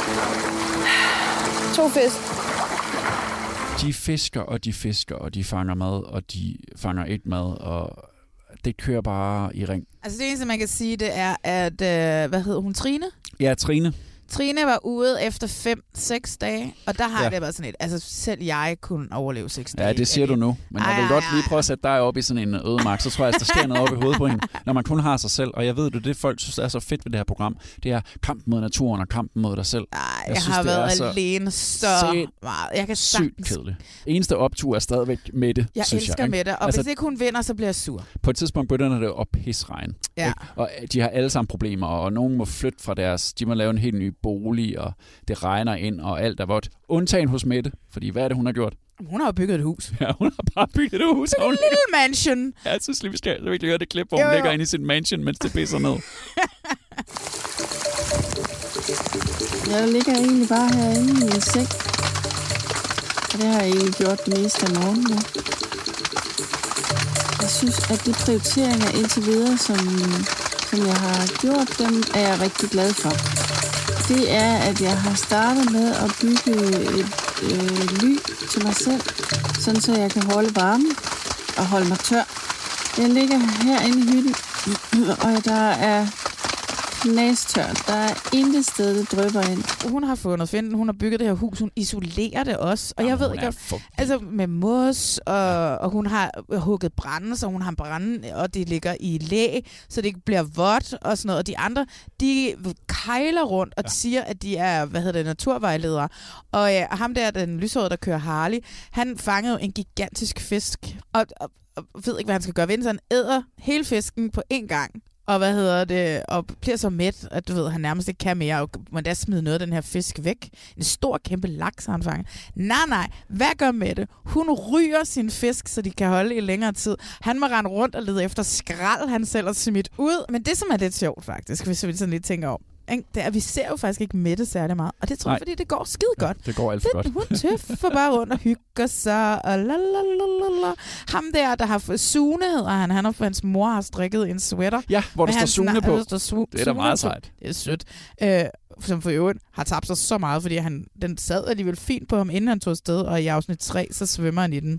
To fisk. De fisker, og de fisker, og de fanger mad, og de fanger ikke mad, og det kører bare i ring. Altså det eneste, man kan sige, det er, at, øh, hvad hedder hun, Trine? Ja, Trine. Trine var ude efter fem seks dage, og der har ja. det bare sådan et, altså selv jeg kunne overleve seks dage. Ja, det siger du nu. Men jeg vil ej, godt lige prøve at sætte dig op i sådan en ødemark, så tror jeg, at der sker noget op i hovedet på hende, når man kun har sig selv. Og jeg ved, det det folk synes er så fedt ved det her program, det er kampen mod naturen og kampen mod dig selv. Ej, jeg, jeg synes, har været så alene så meget. Jeg kan sygt kedeligt. Eneste optur er stadigvæk Mette, jeg synes elsker jeg. Mette, og altså, hvis ikke hun vinder, så bliver jeg sur. På et tidspunkt begynder det at pisregne. Ja. Og de har alle sammen problemer, og nogen må flytte fra deres, de må lave en helt ny bolig, og det regner ind, og alt er vådt. Undtagen hos Mette, fordi hvad er det, hun har gjort? Hun har jo bygget et hus. Ja, hun har bare bygget et hus. En lille mansion. Ja, jeg synes lige, vi skal virkelig høre det klip, hvor jo, hun ligger inde i sin mansion, mens det pisser ned. Jeg ligger egentlig bare herinde i en seng. Og det har jeg egentlig gjort det meste af morgenen nu. Jeg synes, at de prioriteringer indtil videre, som, som jeg har gjort, dem er jeg rigtig glad for. Det er, at jeg har startet med at bygge et øh, ly til mig selv, sådan så jeg kan holde varmen og holde mig tør. Jeg ligger herinde i hytten, og der er knastørt. Der er intet sted, det drypper ind. Hun har fundet finden, hun har bygget det her hus, hun isolerer det også. Og jeg ved ikke, altså med mos, og, og hun har hugget brænde, så hun har brænde, og det ligger i læ, så det ikke bliver vådt og sådan noget. Og de andre, de kejler rundt og ja. siger, at de er, hvad hedder det, naturvejledere. Og ja, ham der, den lyshårede, der kører Harley, han fangede en gigantisk fisk, og, og, og ved ikke, hvad han skal gøre ved, så han æder hele fisken på én gang. Og hvad hedder det, og bliver så mæt, at du ved, han nærmest ikke kan mere, og man da smide noget af den her fisk væk. En stor, kæmpe laks, han fanger. Nej, nej, hvad gør Mette? Hun ryger sin fisk, så de kan holde i længere tid. Han må rende rundt og lede efter skrald, han selv har smidt ud. Men det, som er lidt sjovt faktisk, hvis vi sådan lidt tænker om, det er, at vi ser jo faktisk ikke Mette særlig meget. Og det tror jeg, fordi det går skide godt. Ja, det går alt for godt. Hun tøffer bare rundt og hygger sig. Og lalalala. Ham der, der har Sune, hedder han. Han og hans mor har strikket en sweater. Ja, hvor der står Sune på. Der står det er da meget sejt. Det er sødt. Øh, som for øvrigt har tabt sig så meget, fordi han, den sad alligevel fint på ham, inden han tog afsted. Og i afsnit tre, så svømmer han i den.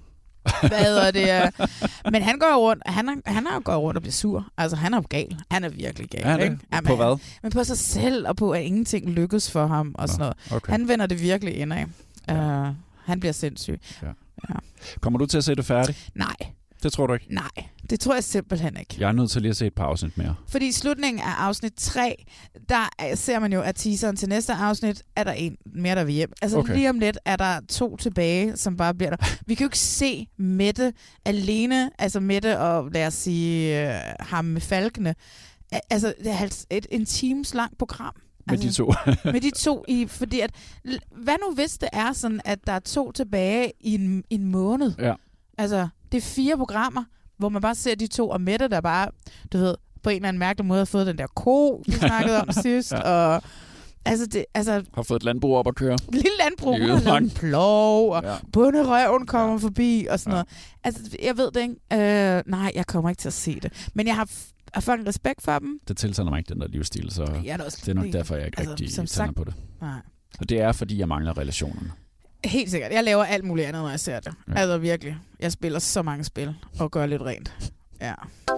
Hvad hedder det? Men han går rundt, han er, han er jo gået rundt og bliver sur. Altså, han er jo gal. Han er virkelig gal. Er det? Ikke? Jamen, på hvad? Men på sig selv, og på, at ingenting lykkes for ham, og sådan noget. Okay. Han vender det virkelig indad. Ja. Uh, han bliver sindssyg. Ja. Ja. Kommer du til at se det færdigt? Nej. Det tror du ikke? Nej, det tror jeg simpelthen ikke. Jeg er nødt til lige at se et par afsnit mere. Fordi i slutningen af afsnit tre, der ser man jo, at teaseren til næste afsnit, er der en mere, der vil hjem. Altså okay. Lige om lidt er der to tilbage, som bare bliver der. Vi kan jo ikke se Mette alene, altså Mette og lad os sige uh, ham med falkene. Altså det er et, en times langt program. Med altså, de to. med de to, i, fordi at, hvad nu hvis det er sådan, at der er to tilbage i en, en måned? Ja. Altså, det er fire programmer, hvor man bare ser de to, og Mette, der bare, du ved, på en eller anden mærkelig måde har fået den der ko, vi snakkede om sidst, ja. og altså, det, altså... Har fået et landbrug op at køre. Et lille landbrug, hun har lavet en plov, og ja. bunderøven kommer ja. forbi, og sådan ja. noget. Altså, jeg ved det ikke. Øh, nej, jeg kommer ikke til at se det. Men jeg har... Jeg har fucking respekt for dem. Det tiltaler mig ikke, den der livsstil, så ja, det, det er nok derfor, jeg ikke altså, rigtig tænder sagt, på det. Nej. Og det er, fordi jeg mangler relationerne. Helt sikkert. Jeg laver alt muligt andet, når jeg ser det. Ja. Altså virkelig. Jeg spiller så mange spil og gør lidt rent. Ja.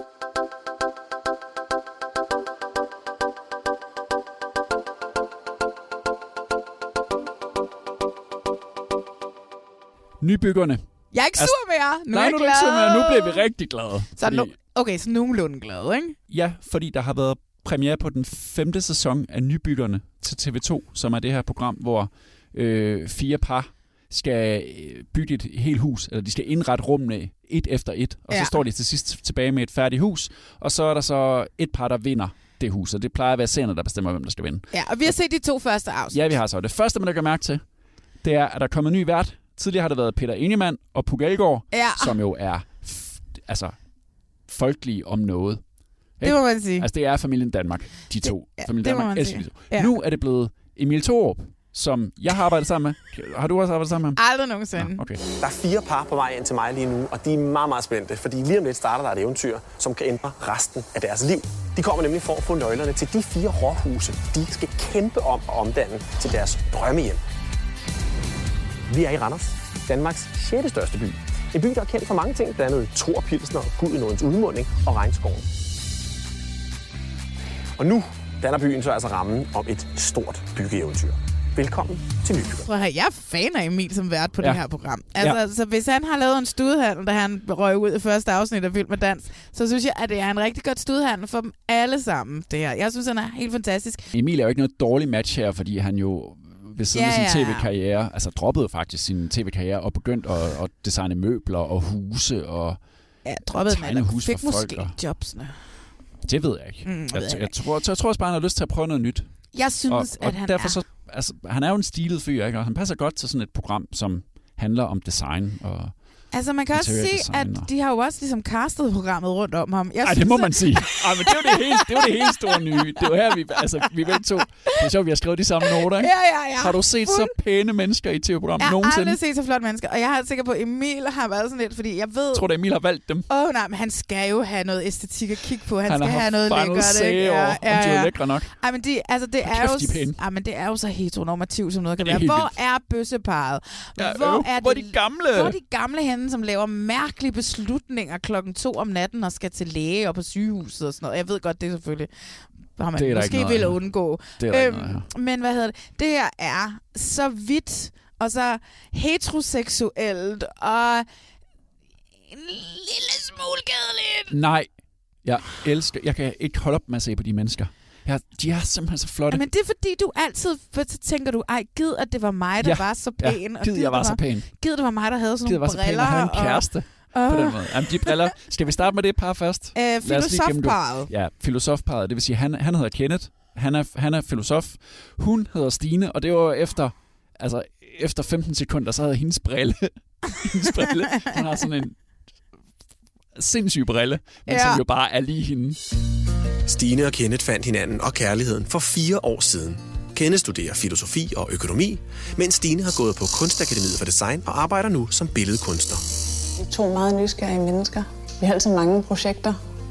Nybyggerne. Jeg er ikke sur mere. Nu nej, er jeg nu er glad. ikke sur mere. Nu bliver vi rigtig glade. Så fordi... nu, okay, så nogenlunde glade, ikke? Ja, fordi der har været premiere på den femte sæson af Nybyggerne til T V to, som er det her program, hvor øh, fire par skal bygge et helt hus, eller de skal indrette rummene et efter et, og ja. så står de til sidst tilbage med et færdigt hus, og så er der så et par, der vinder det hus, og det plejer at være seerne, der bestemmer, hvem der skal vinde. Ja, og vi har set de to første afsnit. Ja, vi har så. Det første, man kan mærke til, det er, at der er kommet en ny vært. Tidligere har det været Peter Ingemann og Puk Elgård, ja. som jo er f- altså folkelige om noget. Det må man sige. Altså, det er familien Danmark, de to. Ja, familien det Danmark må man sige. Ja. Nu er det blevet Emil Thorup, som jeg har arbejdet sammen med. Har du også arbejdet sammen med ham? Aldrig nogensinde. Ja, okay. Der er fire par på vej ind til mig lige nu, og de er meget, meget spændte, fordi lige om lidt starter der et eventyr, som kan ændre resten af deres liv. De kommer nemlig for at få nøglerne til de fire råhuse, de skal kæmpe om at omdanne til deres drømmehjem. Vi er i Randers, Danmarks sjette største by. En by, der er kendt for mange ting, blandt andet Thor Pilsner, Gudenåens udmunding og regnskoven. Og nu danner byen så altså rammen om et stort byggeeventyr. Velkommen til Nybyggerne. Prøv at høre, jeg er fan af Emil som vært på ja. det her program. Altså, ja. så hvis han har lavet en studiehandel, da han røg ud i første afsnit af Vild med Dans, så synes jeg, at det er en rigtig godt studiehandel for dem alle sammen, det her. Jeg synes, han er helt fantastisk. Emil er jo ikke noget dårligt match her, fordi han jo ved siden ja, af sin ja, tv-karriere, altså droppede faktisk sin tv-karriere og begyndte at, at designe møbler og huse og ja, droppede tegne hus fik for folk. Måske og... jobsene. Det ved jeg ikke. Mm, jeg, jeg, jeg, jeg, tror, jeg tror også bare, han har lyst til at prøve noget nyt. Jeg synes, og, at og han derfor er... Så, altså, han er jo en stilet fyr, ikke? Og han passer godt til sådan et program, som handler om design og altså, man kan også se, at de har jo også ligesom castet programmet rundt om ham. Nej, det må man sige. Ej, men det er jo det helt, det er jo det helt store nye. Det er jo her, vi, altså, vi begge to. Det er sjovt, vi har skrevet de samme noter, ikke? Ja, ja, ja. Har du set Fuld... så pæne mennesker i T V-programmet nogensinde? Jeg har aldrig set så flotte mennesker, og jeg har sikker på, at Emil har været sådan lidt, fordi jeg ved... Jeg tror du, Emil har valgt dem? Åh, oh, nej, men han skal jo have noget æstetik at kigge på. Han, han skal have noget lækkert, ikke? Ja, ja, ja. Om de er lækre nok. Ej, men de, altså, det er jo... Ej, men det er jo så heteronormativt, som noget kan være. Hvor er bøsseparret? Hvor er Hvor de gamle? Hvor er de gamle henne, som laver mærkelige beslutninger klokken to om natten og skal til læge og på sygehuset og sådan noget. Jeg ved godt, det er selvfølgelig, har man måske vil undgå. Det er øhm, noget, ja. Men hvad hedder det? Det her er så vidt og så heteroseksuelt og en lille smule kedeligt. Nej, jeg elsker, jeg kan ikke holde op med at se på de mennesker. Ja, de er simpelthen så flotte. Ja, men det er fordi, du altid så tænker du, ej, gid, at det var mig, der ja, var så pæn. Ja, gid, jeg var, var så pæn. Gid, det var mig, der havde sådan gid, nogle briller. Gid, jeg var så pæn, og havde en kæreste og... på den måde. Jamen, de briller. Skal vi starte med det par først? Øh, filosofparret. Ja, filosofparret. Det vil sige, han, han hedder Kenneth. Han er, han er filosof. Hun hedder Stine, og det var efter, altså, efter femten sekunder, så havde hendes brille. hendes brille. Hun har sådan en sindssyg brille, men ja. som jo bare er lige hende. Stine og Kenneth fandt hinanden og kærligheden for fire år siden. Kenneth studerer filosofi og økonomi, mens Stine har gået på Kunstakademiet for Design og arbejder nu som billedkunstner. Vi er to meget nysgerrige mennesker. Vi har altid mange projekter.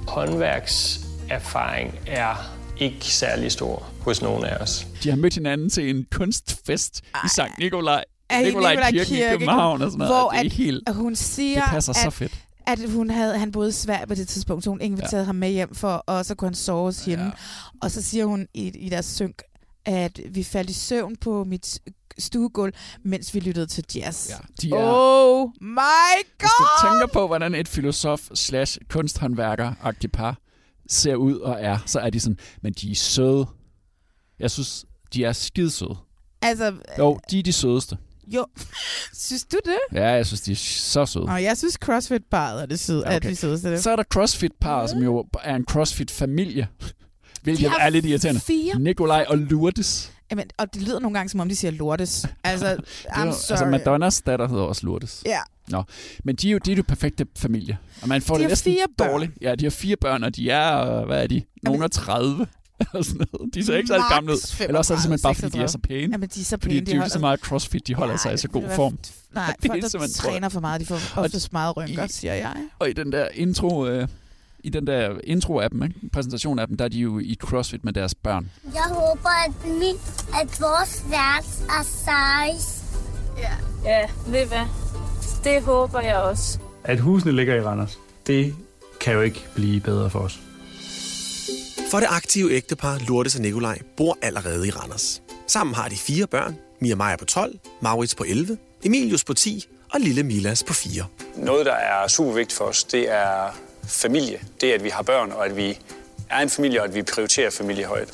Håndværkserfaring er ikke særlig stor hos nogen af os. De har mødt hinanden til en kunstfest Ej. i Sankt Nikolaj Nikolaj Kirke i København og sådan noget. Hvor det er at, helt, hun siger, det passer at, så fedt. at hun havde, han boede i Sverige på det tidspunkt, så hun inviterede ja. ham med hjem for, og så kunne han sove hos hende. Ja. Og så siger hun i, i deres synk, at vi faldt i søvn på mit stuegulv, mens vi lyttede til jazz. Ja, de er, oh my god! Hvis du tænker på, hvordan et filosof slash kunsthåndværker-agtigt par ser ud og er, så er de sådan, men de er søde. Jeg synes, de er skidesøde. Altså, jo, de er de sødeste. Jo, synes du det? Ja, jeg synes, de er så søde. Og jeg synes, CrossFit-parret er det søde, okay. at de sødeste. Så er der CrossFit-parret, som jo er en CrossFit-familie. Hvilket er lidt irriterende. Fire. Nikolaj og Lourdes. Jamen, og det lyder nogle gange, som om de siger Lourdes. Altså, I'm jo, sorry. Altså, Madonnas datter hedder også Lourdes. Ja. Nå, men de er jo de er jo perfekte familie. Og man får de det næsten fire børn. dårligt. Ja, de har fire børn, og de er, hvad er de? Nogen er tredive. De ser ikke så gamle ud. Eller også er det simpelthen bare, fordi de er så pæne. Jamen, de er så pæne. Fordi de, de er jo så meget CrossFit, de holder ja, sig i så god form. Nej, folk, der træner for meget, de får oftest meget rynker, siger jeg. Og i den der intro... Øh, I den der intro-appen, ikke? Præsentation-appen, der er de jo i CrossFit med deres børn. Jeg håber, at, min, at vores værts er size. Ja. Ja, ved I hvad? Det håber jeg også. At husene ligger i Randers, det kan jo ikke blive bedre for os. For det aktive ægtepar Lourdes og Nikolaj bor allerede i Randers. Sammen har de fire børn. Mia Maja på tolv, Maurits på elleve, Emilius på ti og lille Milas på fire. Noget, der er super vigtigt for os, det er familie. Det er, at vi har børn, og at vi er en familie, og at vi prioriterer familie højt.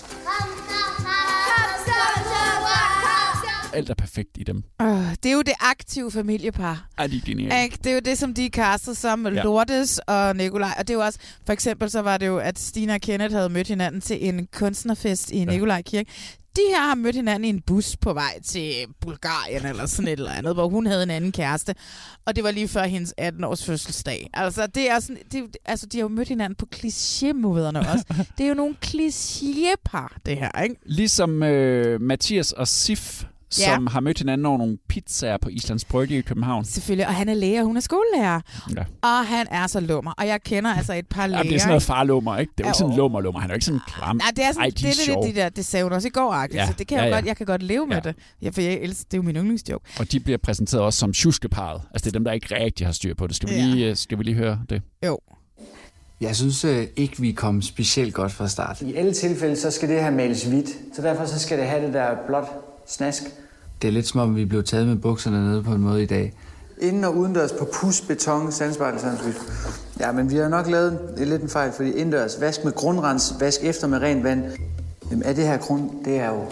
Alt er perfekt i dem. Uh, det er jo det aktive familiepar. Er de geniale? Det er jo det, som de castet som ja. Lourdes og Nikolaj. Og det er jo også, for eksempel så var det jo, at Stina og Kenneth havde mødt hinanden til en kunstnerfest i ja. Nikolaj Kirke. De her har mødt hinanden i en bus på vej til Bulgarien eller sådan et eller andet, hvor hun havde en anden kæreste. Og det var lige før hendes atten-års fødselsdag. Altså, det er sådan, det, altså, de har jo mødt hinanden på kliché-måderne også. Det er jo nogle kliché-par, det her, ikke? Ligesom øh, Mathias og Sif, ja. som har mødt hinanden over nogle pizzaer på Islands Brygge i København. Selvfølgelig, og han er lærer, og hun er skolelærer. Ja. Og han er så lummer. Og jeg kender altså et par lærer. Ja, det er sådan noget farlummer, ikke? Det er jo ikke sådan lummer-lummer. Han er jo ikke sådan klam. Nej, det er sådan, Ej, de er det, det, det, der, det sagde hun også i går, ja. Så det kan jeg ja, ja. godt, jeg kan godt leve med ja. det. Ja, for jeg elsker, det er jo min yndlingsjoke. Og de bliver præsenteret også som tjuskeparret. Altså, det er dem, der ikke rigtig har styr på det. Skal vi, ja. lige, skal vi lige høre det? Jo. Jeg synes øh, ikke, vi kom specielt godt fra start. I alle tilfælde, så skal det her males hvidt. Så derfor så skal det have det der blåt snask. Det er lidt som om, vi blev taget med bukserne nede på en måde i dag. Inden og udendørs på pus, beton, sandspejl og sandsyn. Ja, men vi har nok lavet lidt en fejl, fordi indendørs vask med grundrens, vask efter med rent vand. Jamen, er det her grund, det er jo...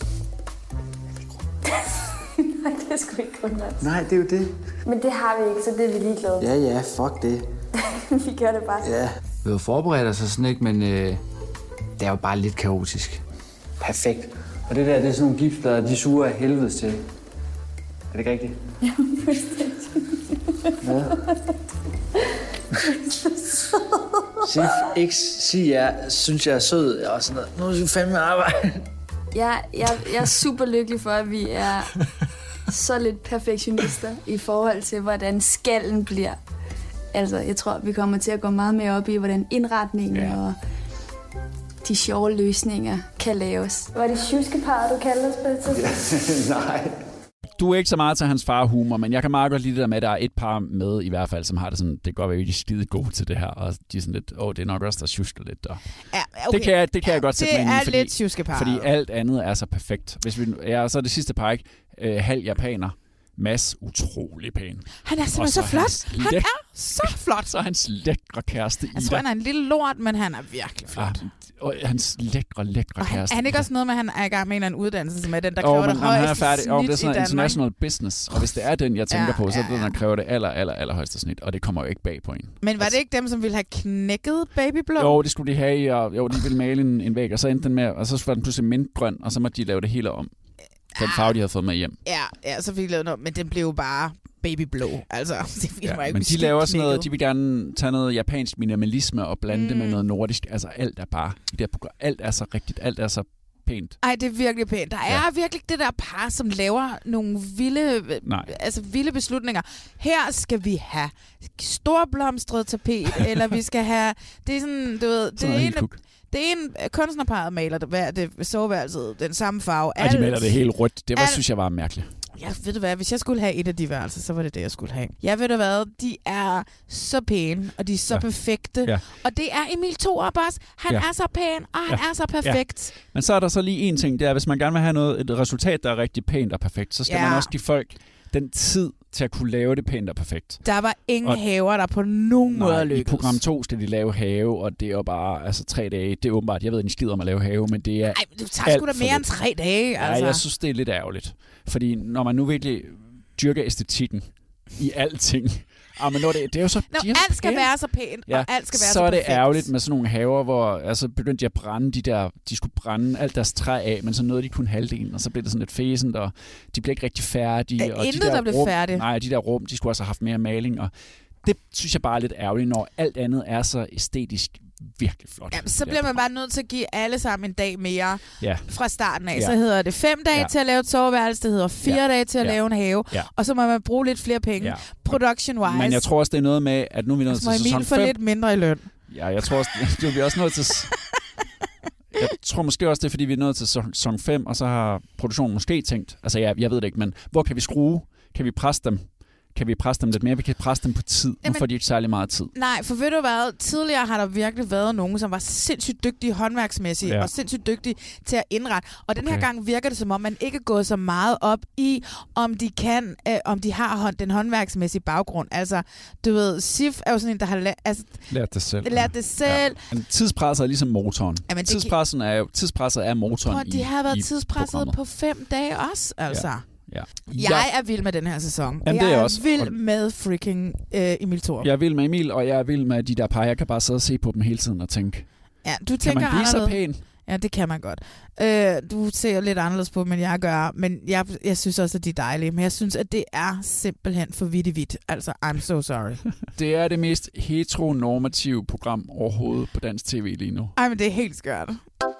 Nej, det er sgu ikke grundrens. Nej, det er jo det. Men det har vi ikke, så det er vi ligeglade. Ja, ja, fuck det. Vi gør det bare. Ja. Vi har forberedt os og sådan ikke, men øh, det er jo bare lidt kaotisk. Perfekt. Og det der, det er sådan nogle gipsplader, de suger af helvedes til. Er det ikke rigtigt? Ja, fuldstændig. Ja. Sif X siger, synes jeg er sød og sådan noget. Nu er du fandme arbejde. Jeg, jeg, jeg er super lykkelig for, at vi er så lidt perfektionister i forhold til, hvordan skallen bliver. Altså, jeg tror, vi kommer til at gå meget mere op i, hvordan indretningen ja. og de sjove løsninger kan laves. Var det tjuskeparret, du kaldte os på det? Nej. Du er ikke så meget til hans far humor, men jeg kan meget godt lide det der med, at der er et par med i hvert fald, som har det sådan, det kan godt være, at de er skide gode til det her, og de er sådan lidt, åh, det er nok også, der tjusker lidt. Og ja, okay. Det kan jeg, det kan ja, jeg godt sætte mig ind i, fordi, lidt tjuskeparret. Fordi alt andet er så perfekt. Hvis vi, ja, så er det sidste par, ikke? Øh, halv japaner. Mads, utrolig pæn. Han er simpelthen så, så flot. Han læk- er så flot. Så er hans lækre kæreste Ida. Jeg tror, han er en lille lort, men han er virkelig flot. Ja, og hans lækre, lækre og han, kæreste. Er han ikke også noget med, at han er i gang med en eller anden uddannelse, som er den, der kræver oh, det højeste snit oh, det er sådan international business. Og hvis det er den, jeg tænker ja, på, så er det ja, ja. den, der kræver det aller, aller, aller højeste snit. Og det kommer jo ikke bag på en. Men var altså, det ikke dem, som ville have knækket Babyblå? Jo, det skulle de have. Og, jo, de ville male en, en væg, og så endte den med, og så var den pludselig mintgrøn, og så måtte de lave det hele om. Den farve, de havde fået med hjem. Ja, ja, så fik de lavet noget, men den blev jo bare babyblå. Altså, det ja, men de laver også noget, de vil gerne tage noget japansk minimalisme og blande mm. det med noget nordisk. Altså alt er bare, det der, alt er så rigtigt, alt er så pænt. Ej, det er virkelig pænt. Der er ja. virkelig det der par, som laver nogle vilde, altså vilde beslutninger. Her skal vi have storblomstret tapet, eller vi skal have, det er sådan, du ved, det er en Det er en kunstnerparret maler det, det soveværelset, den samme farve. Ej, de maler det helt rødt. Det var, alt, synes jeg var mærkeligt. Ja, ved du hvad, hvis jeg skulle have et af de værelser, så var det det, jeg skulle have. Ja, ved du hvad, de er så pæne, og de er så ja. perfekte. Ja. Og det er Emil Thorup også. Han ja. er så pæn, og han ja. er så perfekt. Ja. Men så er der så lige en ting, det er, hvis man gerne vil have noget, et resultat, der er rigtig pænt og perfekt, så skal ja. man også give folk den tid til at kunne lave det pænt og perfekt. Der var ingen og, haver, der på nogen nej, måde lykkedes. I program to skal de lave have, og det er jo bare altså, tre dage. Det er åbenbart, jeg ved, at de skider om at lave have, men det er... Ej, men du tager sgu da mere end tre dage, altså. Ja, jeg synes, det er lidt ærgerligt. Fordi når man nu virkelig dyrker æstetikken i alting... Ah, men når det, det er jo så... Nå, alt skal pænt. være så pænt, ja, og alt skal være så så er det perfekt. Ærgerligt med sådan nogle haver, hvor altså, begyndte de at brænde de der... De skulle brænde alt deres træ af, men så nåede de kun halvdelen, og så blev det sådan lidt fæsent, og de blev ikke rigtig færdige. Det er og intet, de der, der blev rum, færdigt. Nej, de der rum, de skulle også have haft mere maling, og det synes jeg bare er lidt ærgerligt, når alt andet er så æstetisk virkelig flot. Jamen, så bliver man bare nødt til at give alle sammen en dag mere ja. fra starten af. Ja. Så hedder det fem dage ja. til at lave et soveværelse, det hedder fire ja. dage til at ja. lave en have, ja. og så må man bruge lidt flere penge, ja. production-wise. Men jeg tror også, det er noget med, at nu er vi nødt til sæson fem. Så må Emil få lidt mindre i løn. Ja, jeg tror også, det er vi også nødt til... Jeg tror måske også, det er, fordi vi er nødt til sæson fem, og så har produktionen måske tænkt, altså jeg, jeg ved det ikke, men hvor kan vi skrue? Kan vi presse dem? Kan vi presse dem lidt mere? Vi kan presse dem på tid. Nu får de ikke særlig meget tid. Nej, for ved du hvad? Tidligere har der virkelig været nogen, som var sindssygt dygtige håndværksmæssigt ja. og sindssygt dygtige til at indrette. Og den okay. her gang virker det, som om man ikke er gået så meget op i, om de kan, øh, om de har den håndværksmæssige baggrund. Altså, du ved, Sif er jo sådan en, der har la- altså, lært det selv. Lært det selv. Ja. Men tidspresset er ligesom motoren. Ja, Tidspresset er jo tidspresset er motoren. Prøv, de har været tidspresset på fem dage også, altså. Ja. Ja. Jeg er vild med den her sæson. Jamen, jeg er, er også. vild med freaking øh, Emil Thorup. Jeg er vild med Emil, og jeg er vild med de der par. Jeg kan bare sidde og se på dem hele tiden og tænke, ja, du kan tænker man blive så pæn? Ja, det kan man godt. Øh, du ser lidt anderledes på dem, end jeg gør, men jeg, jeg synes også, at de er dejlige. Men jeg synes, at det er simpelthen for vidt i vidt. Altså, I'm so sorry. Det er det mest heteronormative program overhovedet på dansk tv lige nu. Ej, men det er helt skørt.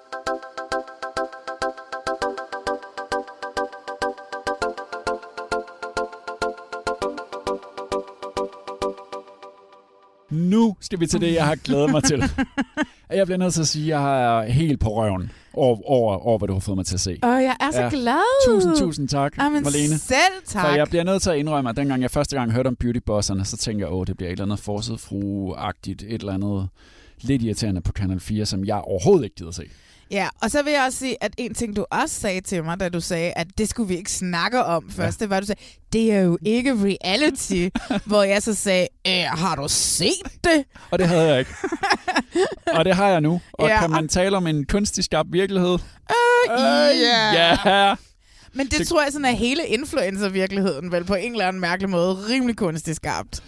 Nu skal vi til det, jeg har glædet mig til. Jeg bliver nødt til at sige, at jeg er helt på røven over, over, over hvad du har fået mig til at se. Og jeg er så ja. glad. Tusind, tusind tak, Amen, Marlene. Selv tak. For jeg bliver nødt til at indrømme, at dengang jeg første gang hørte om Beautybosserne, så tænkte jeg, åh, det bliver et eller andet forset fru-agtigt, et eller andet lidt irriterende på Kanal fire, som jeg overhovedet ikke gider se. Ja, og så vil jeg også sige, at en ting, du også sagde til mig, da du sagde, at det skulle vi ikke snakke om først, ja. det var, at du sagde, det er jo ikke reality, hvor jeg så sagde, har du set det? Og det havde jeg ikke. Og det har jeg nu. Og ja. kan man tale om en kunstig skabt virkelighed? Øh, uh, yeah. Ja. Men det, det tror jeg sådan er hele influencer-virkeligheden, vel på en eller anden mærkelig måde, rimelig kunstig skabt.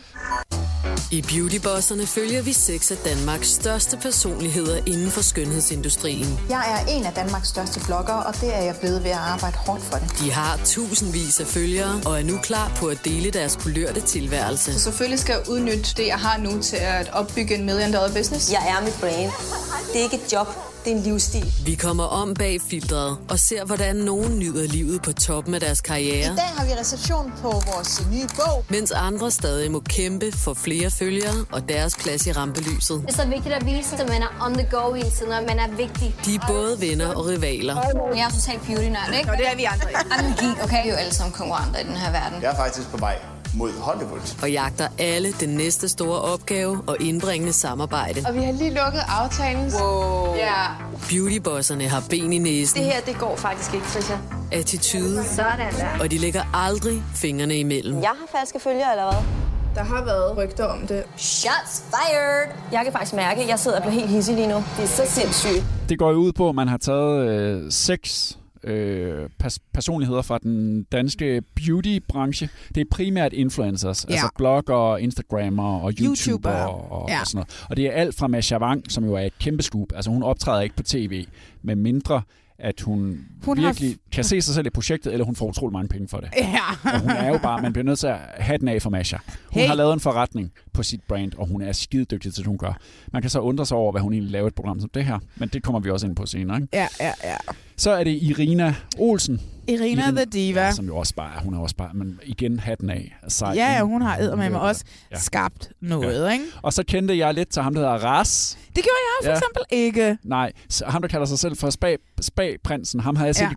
I Beautybosserne følger vi seks af Danmarks største personligheder inden for skønhedsindustrien. Jeg er en af Danmarks største bloggere, og det er jeg blevet ved at arbejde hårdt for det. De har tusindvis af følgere og er nu klar på at dele deres kulørte tilværelse. Så selvfølgelig skal jeg udnytte det, jeg har nu til at opbygge en million dollar business. Jeg er mit brand. Det er ikke et job. Det er en livsstil. Vi kommer om bag filtret og ser, hvordan nogen nyder livet på toppen af deres karriere. I dag har vi reception på vores nye bog. Mens andre stadig må kæmpe for flere følgere og deres plads i rampelyset. Det er så vigtigt at vise, at man er on the go hele tiden, og man er vigtig. De er både venner og rivaler. Jeg er totalt beauty-nørd, ikke? Nå, det er vi andre. I'm geek, okay? Vi er jo alle sammen konkurrenter i den her verden. Jeg er faktisk på vej mod Hollywood. Og jagter alle den næste store opgave og indbringende samarbejde. Og vi har lige lukket aftalen. Wow. Ja. Beautybosserne har ben i næsen. Det her, det går faktisk ikke, Trisha. Attitude. Sådan der. Og de lægger aldrig fingrene imellem. Jeg har falske følgere, eller hvad? Der har været rygter om det. Shots fired! Jeg kan faktisk mærke, at jeg sidder og bliver helt hissig lige nu. Det er så sindssygt. Det går jo ud på, at man har taget øh, seks øh, pers- personligheder fra den danske beauty-branche. Det er primært influencers, ja. altså blogger, instagrammer og YouTuber og, og, ja. og sådan noget. Og det er alt fra Masha Wang, som jo er et kæmpe scoop. Altså hun optræder ikke på tv, med mindre at hun, hun virkelig har... kan se sig selv i projektet, eller hun får utrolig mange penge for det. Ja. Og hun er jo bare, man bliver nødt til at have den af for Masha. Hun hey. har lavet en forretning på sit brand, og hun er skidedygtig til, det hun gør. Man kan så undre sig over, hvad hun egentlig laver et program som det her, men det kommer vi også ind på senere. Ikke? Ja, ja, ja. Så er det Irina Olsen. Irina, Irina the Diva. Ja, som jo også bare, hun er også bare, men igen hatten af. Sej, ja, ja, hun har eddermame også ja. skabt noget, ja. ikke? Og så kendte jeg lidt til ham, der hedder Ras. Det gjorde jeg for ja. eksempel ikke. Nej, ham der kalder sig selv for Spa, Spa-prinsen, ham havde jeg set ja. i Godmorgen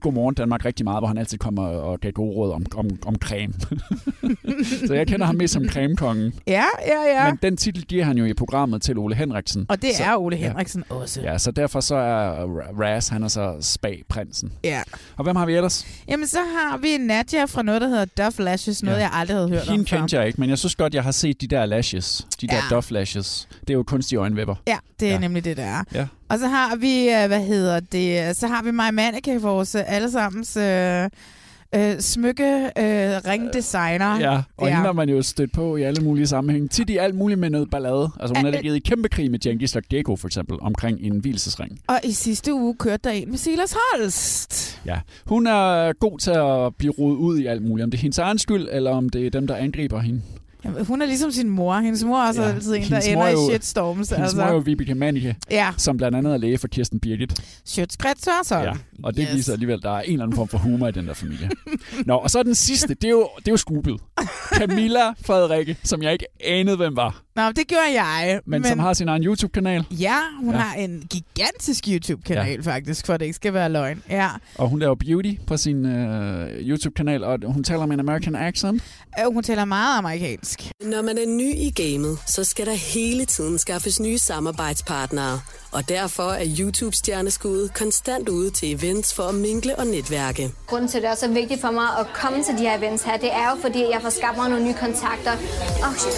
Danmark rigtig meget, hvor han altid kommer og gav gode råd om, om, om creme. Så jeg kender ham mest som cremekongen. Ja, ja, ja. Men den titel giver han jo i programmet til Ole Henriksen. Og det så, er Ole Henriksen ja. også. Ja, så derfor så er Raz, han er så spag-prinsen. Ja. Og hvem har vi ellers? Jamen, så har vi Nadia fra noget, der hedder Duff Lashes. Noget, ja. jeg aldrig havde hørt Hende om før. kendte jeg ikke, men jeg synes godt, jeg har set de der lashes. De der ja. Duff Lashes. Det er jo kunstige øjenvipper. Ja, det er ja. nemlig det, der er. Ja. Og så har vi, hvad hedder det, så har vi Maja Mannica, vores allesammens øh, øh, smykke øh, ringdesigner. Ja, og ja. hende har man jo stødt på i alle mulige sammenhænge. Tit i alt muligt med noget ballade. Altså hun har ligget i kæmpe krig med Cengiz Gecko for eksempel, omkring en hvilesesring. Og i sidste uge kørte der en med Silas Holst. Ja, hun er god til at blive rodet ud i alt muligt. Om det er hendes egen skyld, eller om det er dem, der angriber hende. Jamen, hun er ligesom sin mor. Hendes mor er også ja. altid en, der ender jo, i shitstorms. Hendes altså. mor er jo Vibeke Mannicke, ja. som blandt andet er læge for Kirsten Birgit. Sjøtskridt Sørsson. Ja, og det yes. viser alligevel, at der er en eller anden form for humor i den der familie. Nå, og så den sidste, det er jo, det er jo Scoopet. Camilla Frederikke, som jeg ikke anede, hvem var. Nå, det gjorde jeg. Men, men som har sin egen YouTube-kanal. Ja, hun ja. har en gigantisk YouTube-kanal ja. faktisk, for det ikke skal være løgn. Ja. Og hun laver beauty på sin uh, YouTube-kanal, og hun taler med en American accent. Uh, hun taler meget amerikansk. Når man er ny i gamet, så skal der hele tiden skaffes nye samarbejdspartnere. Og derfor er YouTube-stjerneskuddet konstant ude til events for at minkle og netværke. Grunden til, at det er så vigtigt for mig at komme til de her events her, det er jo fordi, jeg får skabt mig nogle nye kontakter. Oh, shit.